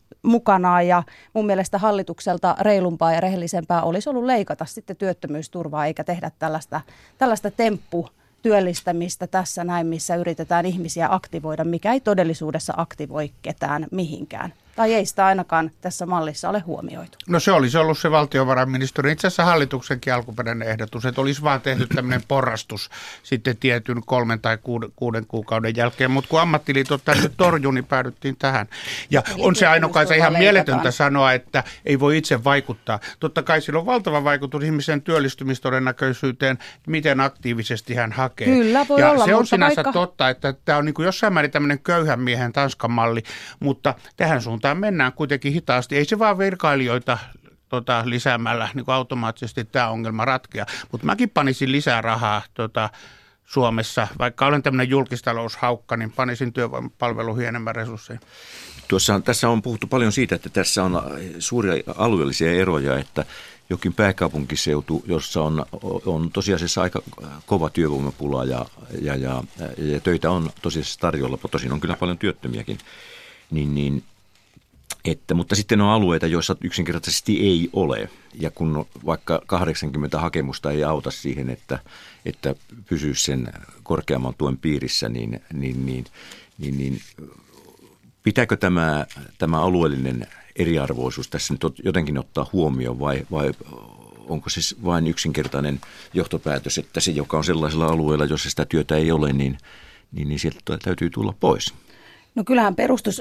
mukanaan ja mun mielestä hallitukselta reilumpaa ja rehellisempää olisi ollut leikata sitten työttömyysturvaa eikä tehdä tällaista tempputyöllistämistä tässä näin, missä yritetään ihmisiä aktivoida, mikä ei todellisuudessa aktivoi ketään mihinkään. Tai ei sitä ainakaan tässä mallissa ole huomioitu. No se olisi ollut se valtiovarainministeriön, itse asiassa hallituksenkin alkuperäinen ehdotus, että olisi vaan tehty tämmöinen porrastus sitten tietyn 3 tai 6 kuukauden jälkeen, mutta kun ammattiliitot tänne torjui, niin päädyttiin tähän. Ja eli on se ainokaisen ihan mieletöntä sanoa, että ei voi itse vaikuttaa. Totta kai sillä on valtava vaikutus ihmisen työllistymistodennäköisyyteen, miten aktiivisesti hän hakee. Kyllä, voi ja olla, se on mutta sinänsä vaikka totta, että tämä on niin kuin jossain määrin tämmöinen köyhän miehen Tanskan malli, mutta tähän suuntaan mennään kuitenkin hitaasti. Ei se vaan virkailijoita lisäämällä niin kuin automaattisesti tämä ongelma ratkeaa. Mutta mäkin panisin lisää rahaa Suomessa. Vaikka olen tämmöinen julkistaloushaukka, niin panisin työvoimapalveluihin enemmän resursseja. Tässä on puhuttu paljon siitä, että tässä on suuria alueellisia eroja, että jokin pääkaupunkiseutu, jossa on tosiasiassa aika kova työvoimapula ja töitä on tosiasiassa tarjolla, tosin on kyllä paljon työttömiäkin, mutta sitten on alueita, joissa yksinkertaisesti ei ole. Ja kun vaikka 80 hakemusta ei auta siihen, että pysyy sen korkeamman tuen piirissä, niin pitääkö tämä alueellinen eriarvoisuus tässä nyt jotenkin ottaa huomioon vai onko siis vain yksinkertainen johtopäätös, että se, joka on sellaisella alueella, jossa sitä työtä ei ole, niin sieltä täytyy tulla pois? No kyllähän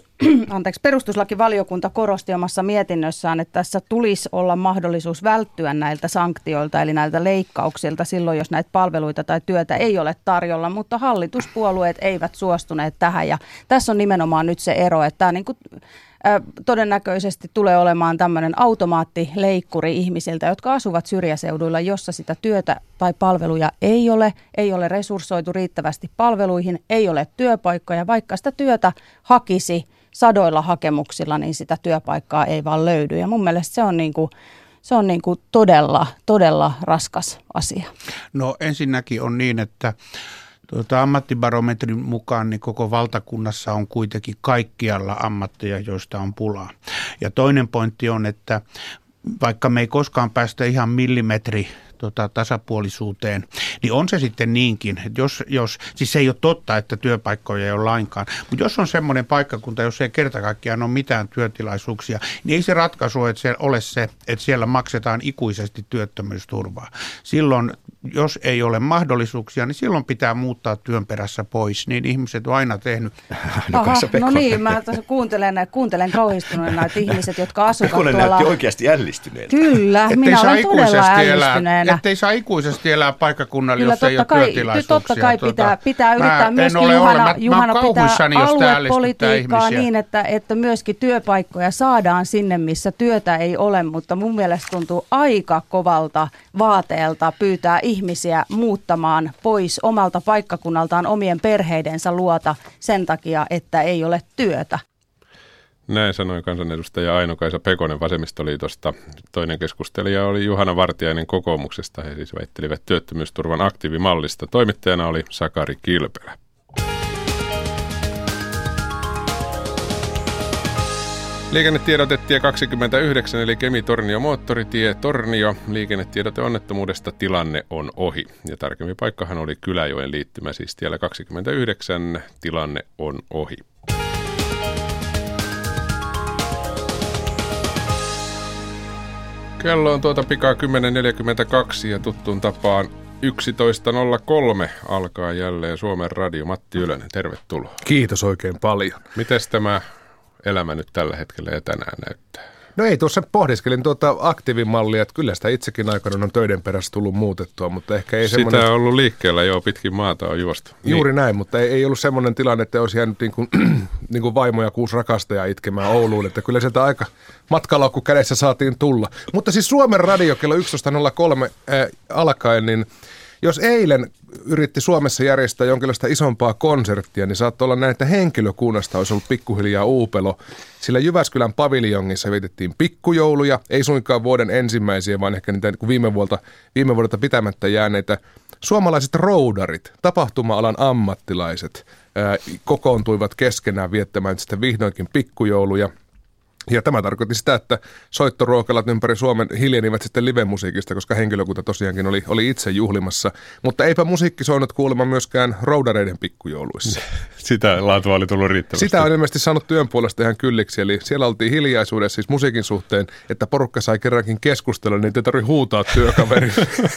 perustuslakivaliokunta korosti omassa mietinnössään, että tässä tulisi olla mahdollisuus välttyä näiltä sanktioilta, eli näiltä leikkauksilta silloin, jos näitä palveluita tai työtä ei ole tarjolla, mutta hallituspuolueet eivät suostuneet tähän. Ja tässä on nimenomaan nyt se ero, että tämä todennäköisesti tulee olemaan tämmöinen automaattileikkuri ihmisiltä, jotka asuvat syrjäseuduilla, jossa sitä työtä tai palveluja ei ole resurssoitu riittävästi palveluihin, ei ole työpaikkoja. Vaikka sitä työtä hakisi sadoilla hakemuksilla, niin sitä työpaikkaa ei vaan löydy. Ja mun mielestä se on todella, todella raskas asia. No ensinnäkin on niin, että ammattibarometrin mukaan niin koko valtakunnassa on kuitenkin kaikkialla ammatteja, joista on pulaa. Ja toinen pointti on, että vaikka me ei koskaan päästä ihan millimetri tasapuolisuuteen, niin on se sitten niinkin, että siis se ei ole totta, että työpaikkoja ei ole lainkaan, mutta jos on semmoinen paikkakunta, jos ei kerta kaikkiaan ole mitään työtilaisuuksia, niin ei se ratkaisu ole se, että siellä maksetaan ikuisesti työttömyysturvaa. Silloin, jos ei ole mahdollisuuksia, niin silloin pitää muuttaa työn perässä pois, niin ihmiset on aina tehnyt. No niin, mä kuuntelen kauhistuneena, että ihmiset, jotka asuvat tuolla. Pekonen näytti oikeasti ällistyneeltä. Kyllä, minä olen todella ällistyneenä. Ettei saa ikuisesti elää paikkakunnalla, jos ei ole työtilaisuuksia. Totta kai pitää yrittää myöskin, Juhana pitää aluepolitiikkaa niin, että myöskin työpaikkoja saadaan sinne, missä työtä ei ole, mutta mun mielestä tuntuu aika kovalta vaateelta pyytää ihmisiä muuttamaan pois omalta paikkakunnaltaan omien perheidensä luota sen takia, että ei ole työtä. Näin sanoi kansanedustaja Aino-Kaisa Pekonen Vasemmistoliitosta. Toinen keskustelija oli Juhana Vartiainen kokoomuksesta. He siis väittelivät työttömyysturvan aktiivimallista. Toimittajana oli Sakari Kilpelä. Liikennetiedotetie 29 eli Kemi-Tornio moottoritie Tornio. Liikennetiedote onnettomuudesta tilanne on ohi. Ja tarkemmin paikkahan oli Kyläjoen liittymä, siis tiellä 29 tilanne on ohi. Kello on pikaa 10.42 ja tuttuun tapaan 11.03 alkaa jälleen Suomen Radio. Matti Ylönen, tervetuloa. Kiitos oikein paljon. Mites tämä elämä nyt tällä hetkellä ja tänään näyttää? No ei, tuossa pohdiskelin aktiivimallia, että kyllä sitä itsekin aikana on töiden perässä tullut muutettua, mutta ehkä ei semmoinen. Sitä on ollut liikkeellä jo, pitkin maata on juostu. Juuri näin, mutta ei ollut semmoinen tilanne, että olisi jäänyt niin kuin vaimo ja 6 rakastajaa itkemään Ouluun, että kyllä sieltä aika matkalaukku kädessä saatiin tulla. Mutta siis Suomen Radio kello 11.03 alkaen, niin jos eilen yritti Suomessa järjestää jonkinlaista isompaa konserttia, niin saattoi olla näin, että henkilökunnasta olisi ollut pikkuhiljaa uupelo. Sillä Jyväskylän paviljongissa vietettiin pikkujouluja, ei suinkaan vuoden ensimmäisiä, vaan ehkä niitä viime vuodelta pitämättä jääneitä. Suomalaiset roudarit, tapahtuma-alan ammattilaiset, kokoontuivat keskenään viettämään sitten vihdoinkin pikkujouluja. Ja tämä tarkoitti sitä, että soittoruokalat ympäri Suomen hiljenivät sitten live-musiikista, koska henkilökunta tosiaankin oli itse juhlimassa. Mutta eipä musiikki soinut kuulemma myöskään roudareiden pikkujouluissa. Sitä laatua oli tullut riittävästi. Sitä on ilmeisesti saanut työn puolesta ihan kylliksi. Eli siellä oltiin hiljaisuudessa siis musiikin suhteen, että porukka sai kerrankin keskustella, niin ei tarvitse huutaa työkaveri.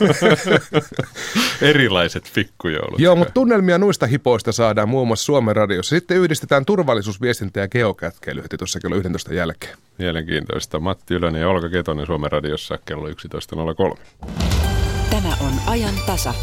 Erilaiset pikkujoulut. Joo, mutta tunnelmia noista hipoista saadaan muun muassa Suomen radiossa. Sitten yhdistetään turvallisuusviestintä ja geokätkäily heti tuossa kello 11 jälkeen. Mielenkiintoista. Matti Ylönen ja Olka Ketonen Suomen radiossa kello 11.03. Tämä on ajan tasa.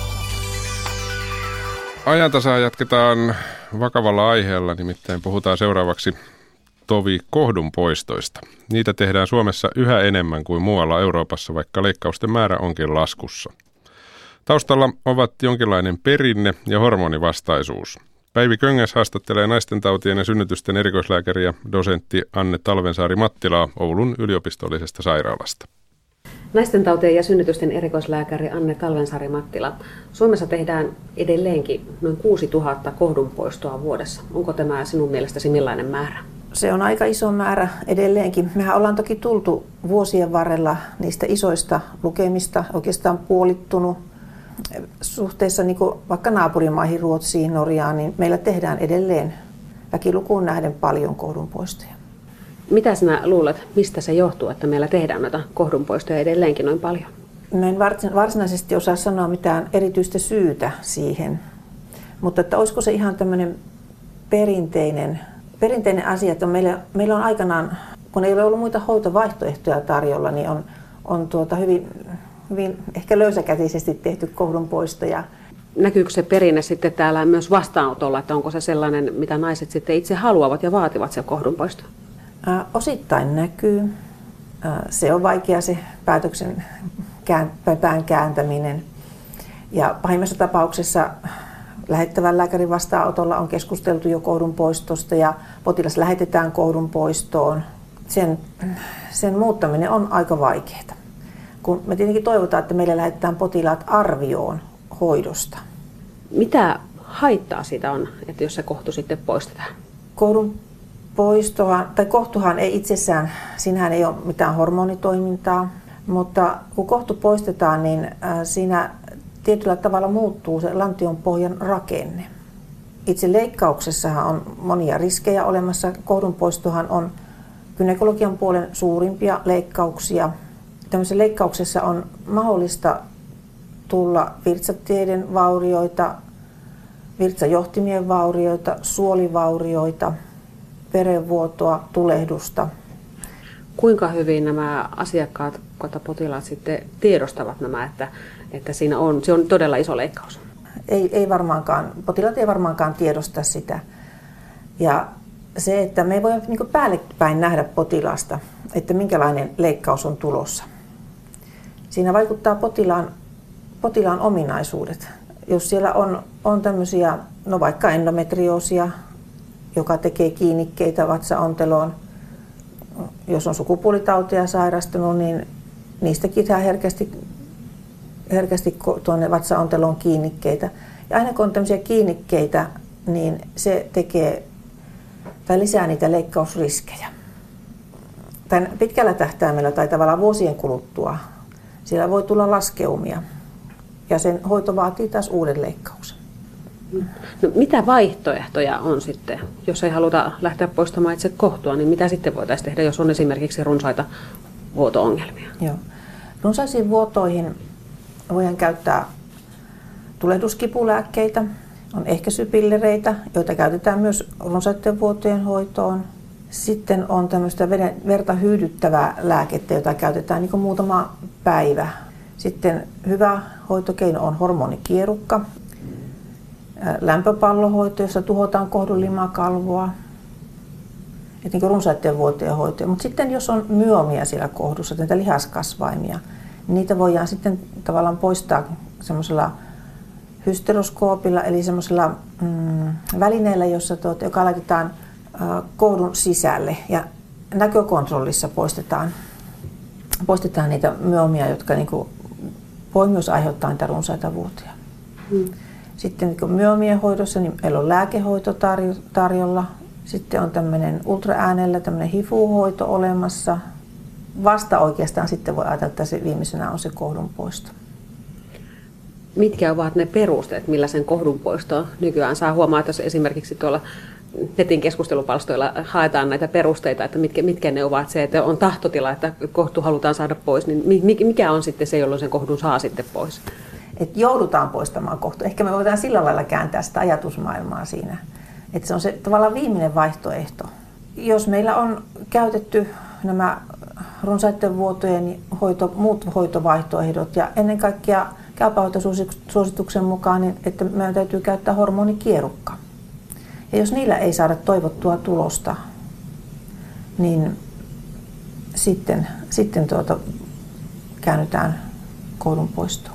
Ajantasaa jatketaan vakavalla aiheella, nimittäin puhutaan seuraavaksi tovi-kohdunpoistoista. Niitä tehdään Suomessa yhä enemmän kuin muualla Euroopassa, vaikka leikkausten määrä onkin laskussa. Taustalla ovat jonkinlainen perinne ja hormonivastaisuus. Päivi Köngäs haastattelee naistentautien ja synnytysten erikoislääkäriä dosentti Anne Talvensaari-Mattilaa Oulun yliopistollisesta sairaalasta. Naistentautien ja synnytysten erikoislääkäri Anne Talvensaari-Mattila. Suomessa tehdään edelleenkin noin 6000 kohdunpoistoa vuodessa. Onko tämä sinun mielestäsi millainen määrä? Se on aika iso määrä edelleenkin. Mehän ollaan toki tultu vuosien varrella niistä isoista lukemista, oikeastaan puolittunut suhteessa niin kuin vaikka naapurimaihin, Ruotsiin, Norjaan, niin meillä tehdään edelleen väkilukuun nähden paljon kohdunpoistoja. Mitä sinä luulet, mistä se johtuu, että meillä tehdään noita kohdunpoistoja edelleenkin noin paljon? Mä en varsinaisesti osaa sanoa mitään erityistä syytä siihen, mutta että olisiko se ihan tämmöinen perinteinen asia, että meillä on aikanaan, kun ei ole ollut muita hoitovaihtoehtoja tarjolla, niin on hyvin ehkä löysäkätisesti tehty kohdunpoistoja. Näkyykö se perinne sitten täällä myös vastaanotolla, että onko se sellainen, mitä naiset sitten itse haluavat ja vaativat se kohdunpoisto? Osittain näkyy. Se on vaikea se päätöksen pään kääntäminen. Ja pahimmassa tapauksessa lähettävän lääkärin vastaanotolla on keskusteltu jo kohdunpoistosta ja potilas lähetetään kohdunpoistoon. Sen muuttaminen on aika vaikeaa. Kun me tietenkin toivotaan, että meillä lähetetään potilaat arvioon hoidosta. Mitä haittaa siitä on, että jos se kohtu sitten poistetaan? Kohtuhan ei itsessään, siinähän ei ole mitään hormonitoimintaa, mutta kun kohtu poistetaan, niin siinä tietyllä tavalla muuttuu se lantionpohjan rakenne. Itse leikkauksessahan on monia riskejä olemassa. Kohdunpoistohan on gynekologian puolen suurimpia leikkauksia. Tämmöisessä leikkauksessa on mahdollista tulla virtsateiden vaurioita, virtsajohtimien vaurioita, suolivaurioita, verenvuotoa, tulehdusta. Kuinka hyvin nämä asiakkaat tai potilaat sitten tiedostavat nämä, että se on todella iso leikkaus? Ei varmaankaan, potilaat ei varmaankaan tiedosta sitä. Ja se, että me ei voi niin kuin päällepäin nähdä potilasta, että minkälainen leikkaus on tulossa. Siinä vaikuttaa potilaan ominaisuudet. Jos siellä on tämmöisiä, vaikka endometrioosia, joka tekee kiinnikkeitä vatsaonteloon. Jos on sukupuolitautia sairastunut, niin niistäkin saa herkästi tuonne vatsaonteloon kiinnikkeitä. Ja aina kun on tämmöisiä kiinnikkeitä, niin se lisää niitä leikkausriskejä. Tämän pitkällä tähtäimellä tai tavallaan vuosien kuluttua siellä voi tulla laskeumia ja sen hoito vaatii taas uuden leikkauksen. No, mitä vaihtoehtoja on sitten, jos ei haluta lähteä poistamaan itse kohtua, niin mitä sitten voitaisiin tehdä, jos on esimerkiksi runsaita vuoto-ongelmia? Joo. Runsaisiin vuotoihin voidaan käyttää tulehduskipulääkkeitä, on ehkäisypillereitä, joita käytetään myös runsaiden vuotojen hoitoon. Sitten on tämmöistä verta hyydyttävää lääkettä, jota käytetään niin kuin muutama päivä. Sitten hyvä hoitokeino on hormonikierukka, lämpöpallohoito, jossa tuhotaan kohdun limakalvoa, niin kuin runsaiden vuotojen hoitoja. Mutta sitten jos on myomia siellä kohdussa, näitä lihaskasvaimia, niin niitä voidaan sitten tavallaan poistaa semmoisella hysteroskoopilla, eli semmoisella välineellä, joka laitetaan kohdun sisälle ja näkökontrollissa poistetaan niitä myomia, jotka niinku voi myös aiheuttaa niitä runsaita vuotoja. Sitten niin myomien hoidossa niin meillä on lääkehoito tarjolla. Sitten on tämmöinen ultraäänellä tämmöinen hifuhoito olemassa. Vasta oikeastaan sitten voi ajatella, että se viimeisenä on se kohdunpoisto. Mitkä ovat ne perusteet, millä sen kohdunpoistoa nykyään saa huomaa, että jos esimerkiksi tuolla netin keskustelupalstoilla haetaan näitä perusteita, että mitkä ne ovat, se, että on tahtotila, että kohtu halutaan saada pois, niin mikä on sitten se, jolloin sen kohdun saa sitten pois? Että joudutaan poistamaan kohtu. Ehkä me voidaan sillä lailla kääntää sitä ajatusmaailmaa siinä, että se on se tavallaan viimeinen vaihtoehto. Jos meillä on käytetty nämä runsaiden vuotojen muut hoitovaihtoehdot ja ennen kaikkea käypähoitosuosituksen mukaan, niin että meidän täytyy käyttää hormonikierukka. Ja jos niillä ei saada toivottua tulosta, niin sitten käännytään kohdunpoistoon.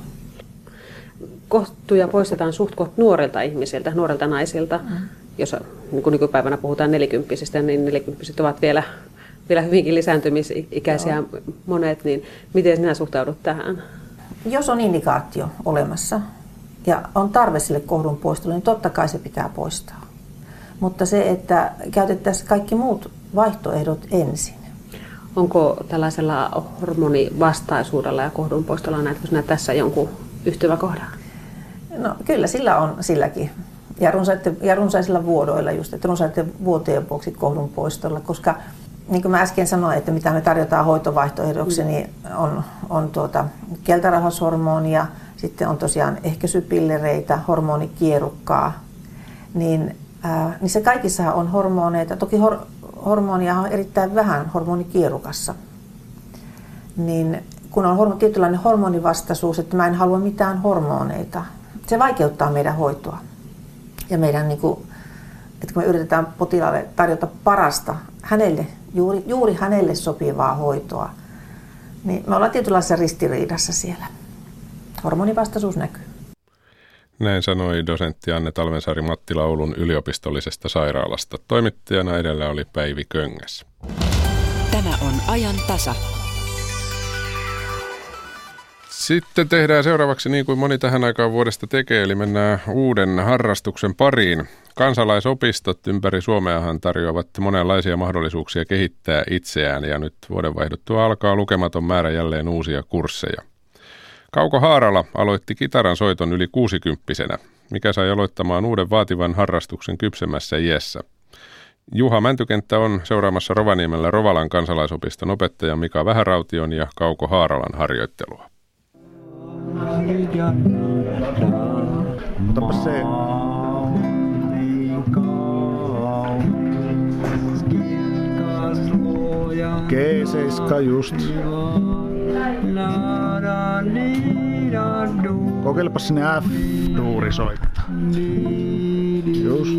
Kohtuja poistetaan suht nuorilta ihmisiltä, nuorilta naisilta. Jos niin kuin nykypäivänä puhutaan 40-vuotiaista, niin 40-vuotiaat ovat vielä hyvinkin lisääntymisikäisiä monet, niin miten sinä suhtaudut tähän? Jos on indikaatio olemassa ja on tarve sille kohdunpoistolle, niin totta kai se pitää poistaa. Mutta se, että käytettäisiin kaikki muut vaihtoehdot ensin. Onko tällaisella hormonivastaisuudella ja kohdunpoistolla, näetkö sinä tässä jonkun yhtymäkohdan? No kyllä sillä on silläkin. Ja runsaisilla vuodoilla just, että runsaiden vuotojen vuoksi kohdunpoistolla, koska niin kuin mä äsken sanoin, että mitä me tarjotaan hoitovaihtoehdoksi, niin on keltarauhashormonia, sitten on tosiaan ehkäisypillereitä, hormonikierukkaa, niin se kaikissa on hormoneita. Toki hormonia on erittäin vähän hormonikierukassa. Niin kun on tietynlainen hormonivastaisuus, että mä en halua mitään hormoneita, se vaikeuttaa meidän hoitoa. Ja meidän, että kun me yritetään potilaalle tarjota parasta hänelle, juuri hänelle sopivaa hoitoa, niin me ollaan tietynlaisessa ristiriidassa siellä. Hormonivastaisuus näkyy. Näin sanoi dosentti Anne Talvensaari-Mattila Oulun yliopistollisesta sairaalasta. Toimittajana edellä oli Päivi Köngäs. Tämä on ajan tasa. Sitten tehdään seuraavaksi niin kuin moni tähän aikaan vuodesta tekee, eli mennään uuden harrastuksen pariin. Kansalaisopistot ympäri Suomeahan tarjoavat monenlaisia mahdollisuuksia kehittää itseään, ja nyt vuoden vaihduttua alkaa lukematon määrä jälleen uusia kursseja. Kauko Haarala aloitti kitaran soiton yli 60-vuotiaana, mikä sai aloittamaan uuden vaativan harrastuksen kypsemmässä iässä. Juha Mäntykenttä on seuraamassa Rovaniemellä Rovalan kansalaisopiston opettajan Mika Vähäraution ja Kauko Haaralan harjoittelua. Otapas se. G7 just. Kokeilepas sinne F-duuri soittaa. Just.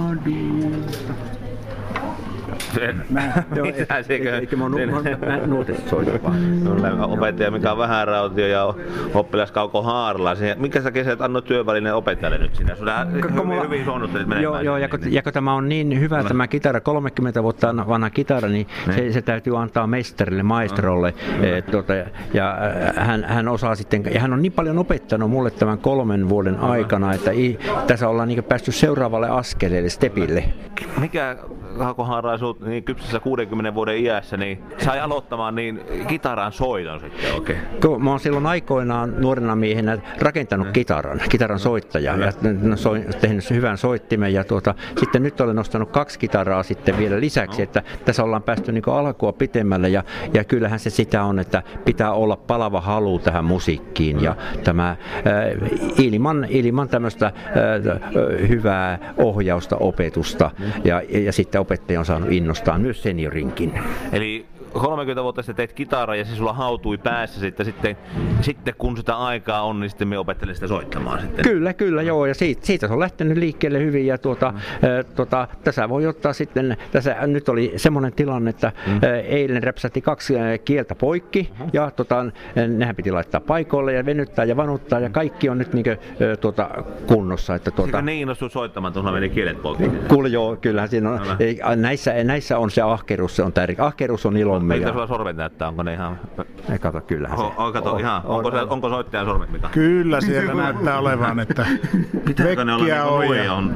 Eikä mä nuotit soittaa. Opettaja Mika Vähärautio ja oppilas Kauko Haarala. Mikä sä kesät annoit työvälineen opettajalle nyt sinä? Sulla hyvin suunnittelit menemään. Joo, ja kun tämä on niin hyvä tämä kitara, 30 vuotta vanha kitara, niin se täytyy antaa mestarille, maestrolle. Ja hän osaa sitten, ja hän on niin paljon opettanut mulle tämän 3 vuoden aikana, että tässä ollaan niin päästy seuraavalle askeleelle, stepille. Mikä Kauko Haarala sinut niin kypsessä 60 vuoden iässä, niin sai aloittamaan niin kitaran soiton sitten oikein? Mä oon silloin aikoinaan nuorena miehenä rakentanut kitaran soittaja ja tehnyt hyvän soittimen ja sitten nyt olen nostanut 2 kitaraa sitten vielä lisäksi, että tässä ollaan päästy niin alkua pitemmälle ja kyllähän se sitä on, että pitää olla palava halu tähän musiikkiin ja tämä ilman tämmöistä hyvää ohjausta, opetusta ja sitten opettaja on saanut innostaa myös seniorinkin. Eli 30 vuotta sitten teit kitaraa ja se sulla hautui päässä sitten kun sitä aikaa on, niin sitten me opettelin sitä soittamaan sitten. Kyllä joo, ja siitä se on lähtenyt liikkeelle hyvin ja tässä voi ottaa sitten, tässä nyt oli semmoinen tilanne, että eilen räpsähti 2 kieltä poikki ja nehän piti laittaa paikoille ja venyttää ja vanuttaa ja kaikki on nyt kunnossa. Että Sitä niin innostui soittamaan, tuolla meni kielet poikki. Kyllähän siinä on, näissä on se ahkeruus, se on tärkeä. Ahkeruus on ilon sormia. Mitä sulla sormet näyttää? Onko ne ihan... Ei kato, kyllähän se. Kato, ihan. Onko soittajan sormet, Mika? Kyllä siellä näyttää olevan, että vekkiä on.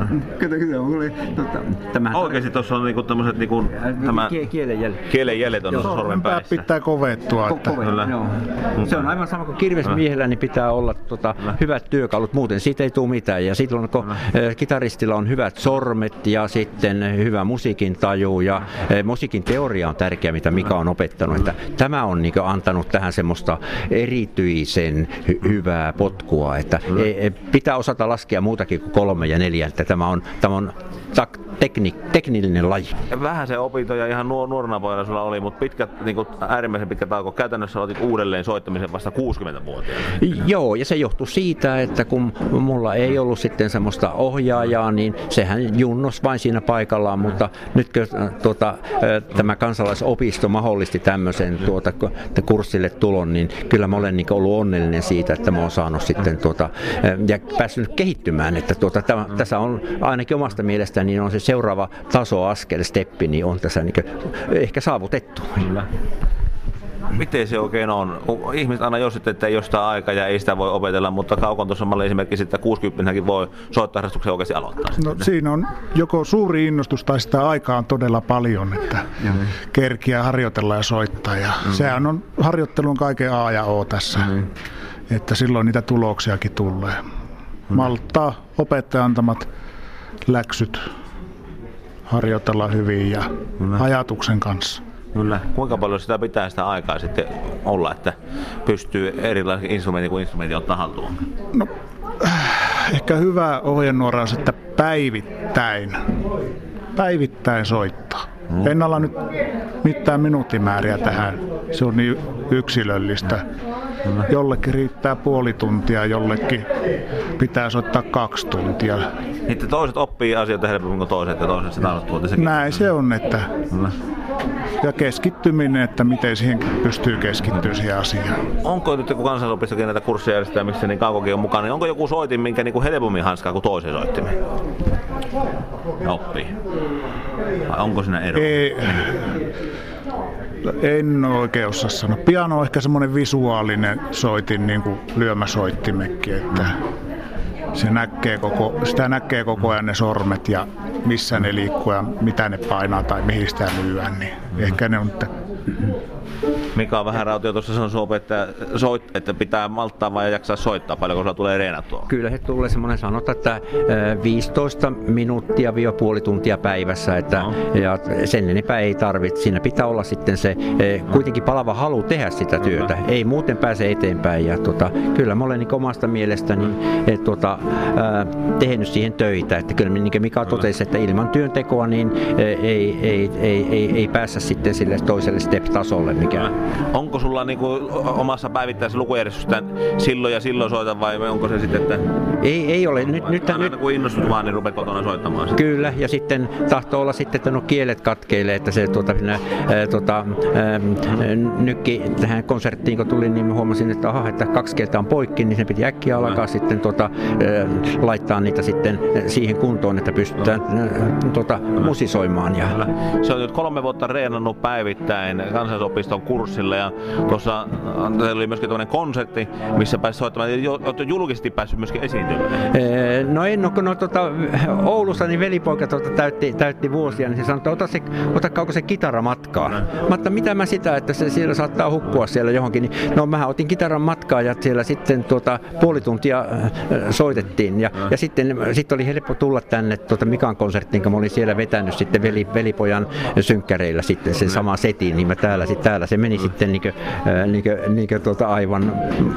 Oikeesti tuossa on niinku tämmöset niinku... Kielenjäljet on tuossa sormen päässä. Pitää kovettua. Se on aivan sama kuin kirvesmiehellä, niin pitää olla hyvät työkalut, muuten siitä ei tule mitään. Ja silloin kun kitaristilla on hyvät sormet ja sitten hyvä musiikin taju ja musiikin teoria on tärkeä, mitä Mika on opettanut. Että tämä on niin kuin antanut tähän semmoista erityisen hyvää potkua, että pitää osata laskea muutakin kuin 3 ja 4, että tämä on teknillinen laji. Vähän se opintoja ihan nuorena pojalla sulla oli, mutta äärimmäisen pitkä tauko. Käytännössä otit uudelleen soittamisen vasta 60-vuotiaana. Joo, ja se johtui siitä, että kun mulla ei ollut sitten semmoista ohjaajaa, niin sehän junnos vain siinä paikallaan, mutta nytkö tämä kansalaisopisto mahdollisti tämmöisen kurssille tulon, niin kyllä mä olen niin ollut onnellinen siitä, että mä oon saanut sitten ja päässyt kehittymään, että tässä on ainakin omasta mielestäni niin on se seuraava tasoaskel, steppi, niin on tässä niin ehkä saavutettu. Kyllä. Miten se oikein on? Ihmiset aina jostain, että ei jostain aikaa ja ei sitä voi opetella, mutta Kaukon tuossa malli esimerkiksi, että 60-näkin voi soittaa harrastuksen oikeasti aloittaa. No siinä on joko suuri innostus tai sitä aikaa on todella paljon, että kerkiä harjoitella ja soittaa. Ja sehän on harjoittelun kaiken A ja O tässä, että silloin niitä tuloksiakin tulee. Malttaa opettajan antamat läksyt harjoitella hyvin ja ajatuksen kanssa. Kyllä. Kuinka paljon sitä pitää sitä aikaa sitten olla, että pystyy erilaisia instrumentin ottaa haltuun? No, ehkä hyvä ohjenuora on, että päivittäin soittaa. En ala nyt mitään minuuttimääriä tähän. Se on niin yksilöllistä. Jollekin riittää puoli tuntia, jollekin pitää soittaa 2 tuntia. Että toiset oppii asioita helpommin kuin toiset ja toiset se tarttuu. Näin se on, että ja keskittyminen, että miten siihen pystyy keskittymään siihen asiaan. Onko nyt kun kansalaisopistokin näitä kursseja järjestetään, missä niin Kaukokin on mukana, niin onko joku soitin, minkä niin kuin helpommin hanskaa kuin toisen soittimen? Oppii. Vai onko siinä ero? En oikein osaa sanoa. Piano on ehkä semmoinen visuaalinen soitin, niin kuin lyömäsoittimekin, että sitä näkee koko ajan ne sormet ja missä ne liikkuu ja mitä ne painaa tai mihin sitä lyödään, niin ehkä ne on... Mika Vähärautio tuossa sanoi sun opettaja, että pitää malttaa vai jaksaa soittaa paljon, kun sulla tulee reenattua? Kyllä he tulee semmoinen sanota, että 15 minuuttia puoli tuntia päivässä, että, ja sen enempää ei tarvitse. Siinä pitää olla sitten se kuitenkin palava halu tehdä sitä työtä. Ei muuten pääse eteenpäin. Ja kyllä mä olen niin omasta mielestäni tehnyt siihen töitä. Että kyllä niin kuin Mika totesi, että ilman työntekoa niin ei päässä sitten sille toiselle step-tasolle. Onko sulla niinku omassa päivittäisessä lukujärjestystä silloin ja silloin soita vai onko se sitten, että... Ei ole. Nyt kun innostut vaan, niin rupeat kotona soittamaan sitä. Kyllä, ja sitten tahtoo olla sitten, että kielet katkeilee, että se nykki tähän konserttiin, kun tuli, niin huomasin, että 2 kieltä on poikki, niin se piti äkkiä alkaa sitten laittaa niitä sitten siihen kuntoon, että pystytään musisoimaan. Ja... Se on nyt 3 vuotta reenannut päivittäin kansalaisopiston kurssilla ja tuossa oli myöskin tämmöinen konsertti, missä pääsi soittamaan. Oletko julkisesti päässyt myöskin esiintymään? No en ole, Oulussa niin velipoika täytti vuosia, niin se sanoi, että otakauko se kitara matkaan. Mä ajattelin, mitä mä sitä, että se siellä saattaa hukkua siellä johonkin. Niin, no mä otin kitaran matkaan ja siellä sitten puoli tuntia soitettiin. Ja sitten oli helppo tulla tänne Mikan konserttiin, kun mä olin siellä vetänyt sitten velipojan synkkäreillä sitten sen sama setin, niin mä täällä se meni sitten aivan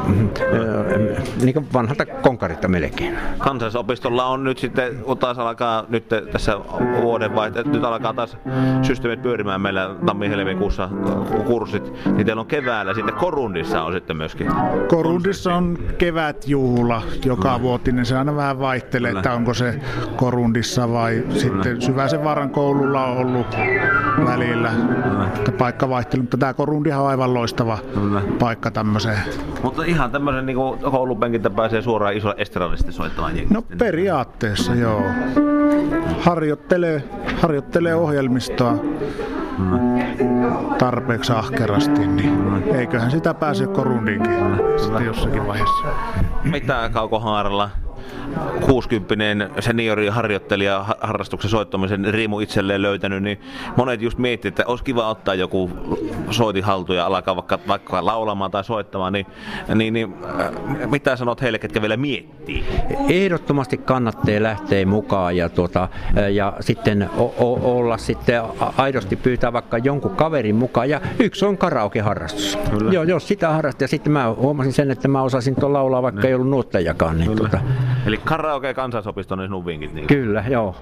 vanhalta konkarilta melkein. Kansalaisopistolla on nyt sitten, kun taas alkaa nyt tässä vuodenvaihteessa, nyt alkaa taas systeemit pyörimään meillä tammi-helmikuussa kurssit, niin teillä on keväällä sitten Korundissa on sitten myöskin. Korundissa on kevätjuhla joka vuotinen, se aina vähän vaihtelee, että onko se Korundissa vai sitten Syväsenvaaran koululla on ollut välillä paikka vaihtelu, mutta tämä Korundihan on aivan loistava paikka tämmöiseen. Mutta ihan tämmöisen niin koulupenkiltä pääsee suoraan isolle estradille soittamaan jengistä. No periaatteessa joo. Harjoittelee ohjelmistoa tarpeeksi ahkerasti, niin eiköhän sitä pääse korundinkin sitten jossakin vaiheessa. Mitä Kauko Haarala, 60 senioriharjoittelija harrastuksen soittamisen riimu itselleen löytänyt, niin monet just miettii, että olisi kiva ottaa joku soitin haltuun ja alkaa vaikka laulamaan tai soittamaan, niin mitä sanot heille, ketkä vielä miettii? Ehdottomasti kannattaa lähteä mukaan ja sitten olla sitten aidosti pyytää vaikka jonkun kaverin mukaan ja yksi on karaokeharrastus. Joo, jos sitä harrastaa ja sitten mä huomasin sen, että mä osasin tuon laulaa vaikka ei ollut nuottajakaan. Niin Eli karaoke kansallisopiston niin sinun vinkit? Niin. Kyllä, joo.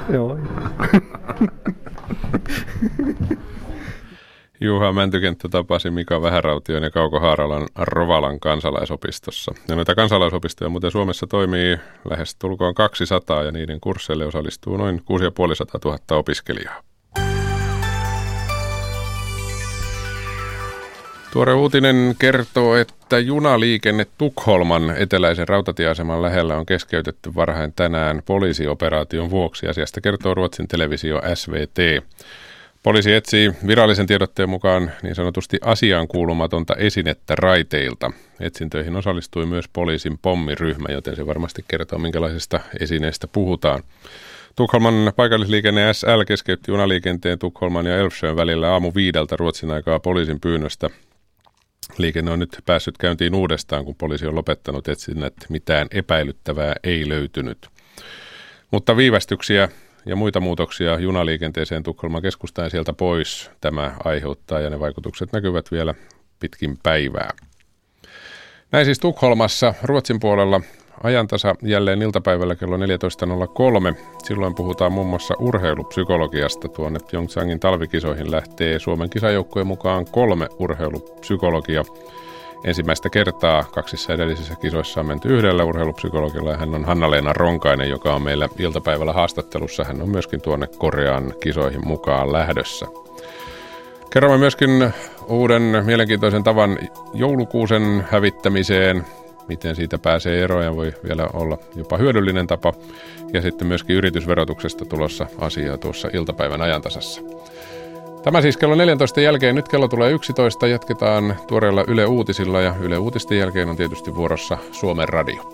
Juha Mäntykenttä tapasi Mika Vähäraution ja Kauko Haaralan Rovalan kansalaisopistossa. Ja noita kansalaisopistoja muuten Suomessa toimii lähes tulkoon 200 ja niiden kursseille osallistuu noin 650 000 opiskelijaa. Tuore uutinen kertoo, että junaliikenne Tukholman eteläisen rautatieaseman lähellä on keskeytetty varhain tänään poliisioperaation vuoksi. Asiasta kertoo Ruotsin televisio SVT. Poliisi etsii virallisen tiedotteen mukaan niin sanotusti asiaan kuulumatonta esinettä raiteilta. Etsintöihin osallistui myös poliisin pommiryhmä, joten se varmasti kertoo, minkälaisesta esineestä puhutaan. Tukholman paikallisliikenne SL keskeytti junaliikenteen Tukholman ja Älvsjön välillä aamu 5 Ruotsin aikaa poliisin pyynnöstä. Liikenne on nyt päässyt käyntiin uudestaan, kun poliisi on lopettanut etsinnät. Mitään epäilyttävää ei löytynyt. Mutta viivästyksiä ja muita muutoksia junaliikenteeseen Tukholman keskustaan sieltä pois tämä aiheuttaa ja ne vaikutukset näkyvät vielä pitkin päivää. Näin siis Tukholmassa. Ruotsin puolella ajantasa jälleen iltapäivällä kello 14.03. Silloin puhutaan muun muassa urheilupsykologiasta. Tuonne Pyeongchangin talvikisoihin lähtee Suomen kisajoukkojen mukaan 3 urheilupsykologia. Ensimmäistä kertaa 2 edellisissä kisoissa on menty 1 urheilupsykologilla ja hän on Hanna-Leena Ronkainen, joka on meillä iltapäivällä haastattelussa. Hän on myöskin tuonne Korean kisoihin mukaan lähdössä. Kerromme myöskin uuden mielenkiintoisen tavan joulukuusen hävittämiseen. Miten siitä pääsee eroon ja voi vielä olla jopa hyödyllinen tapa. Ja sitten myöskin yritysverotuksesta tulossa asiaa tuossa iltapäivän ajantasassa. Tämä siis kello 14 jälkeen. Nyt kello tulee 11. Jatketaan tuoreella Yle Uutisilla ja Yle Uutisten jälkeen on tietysti vuorossa Suomen Radio.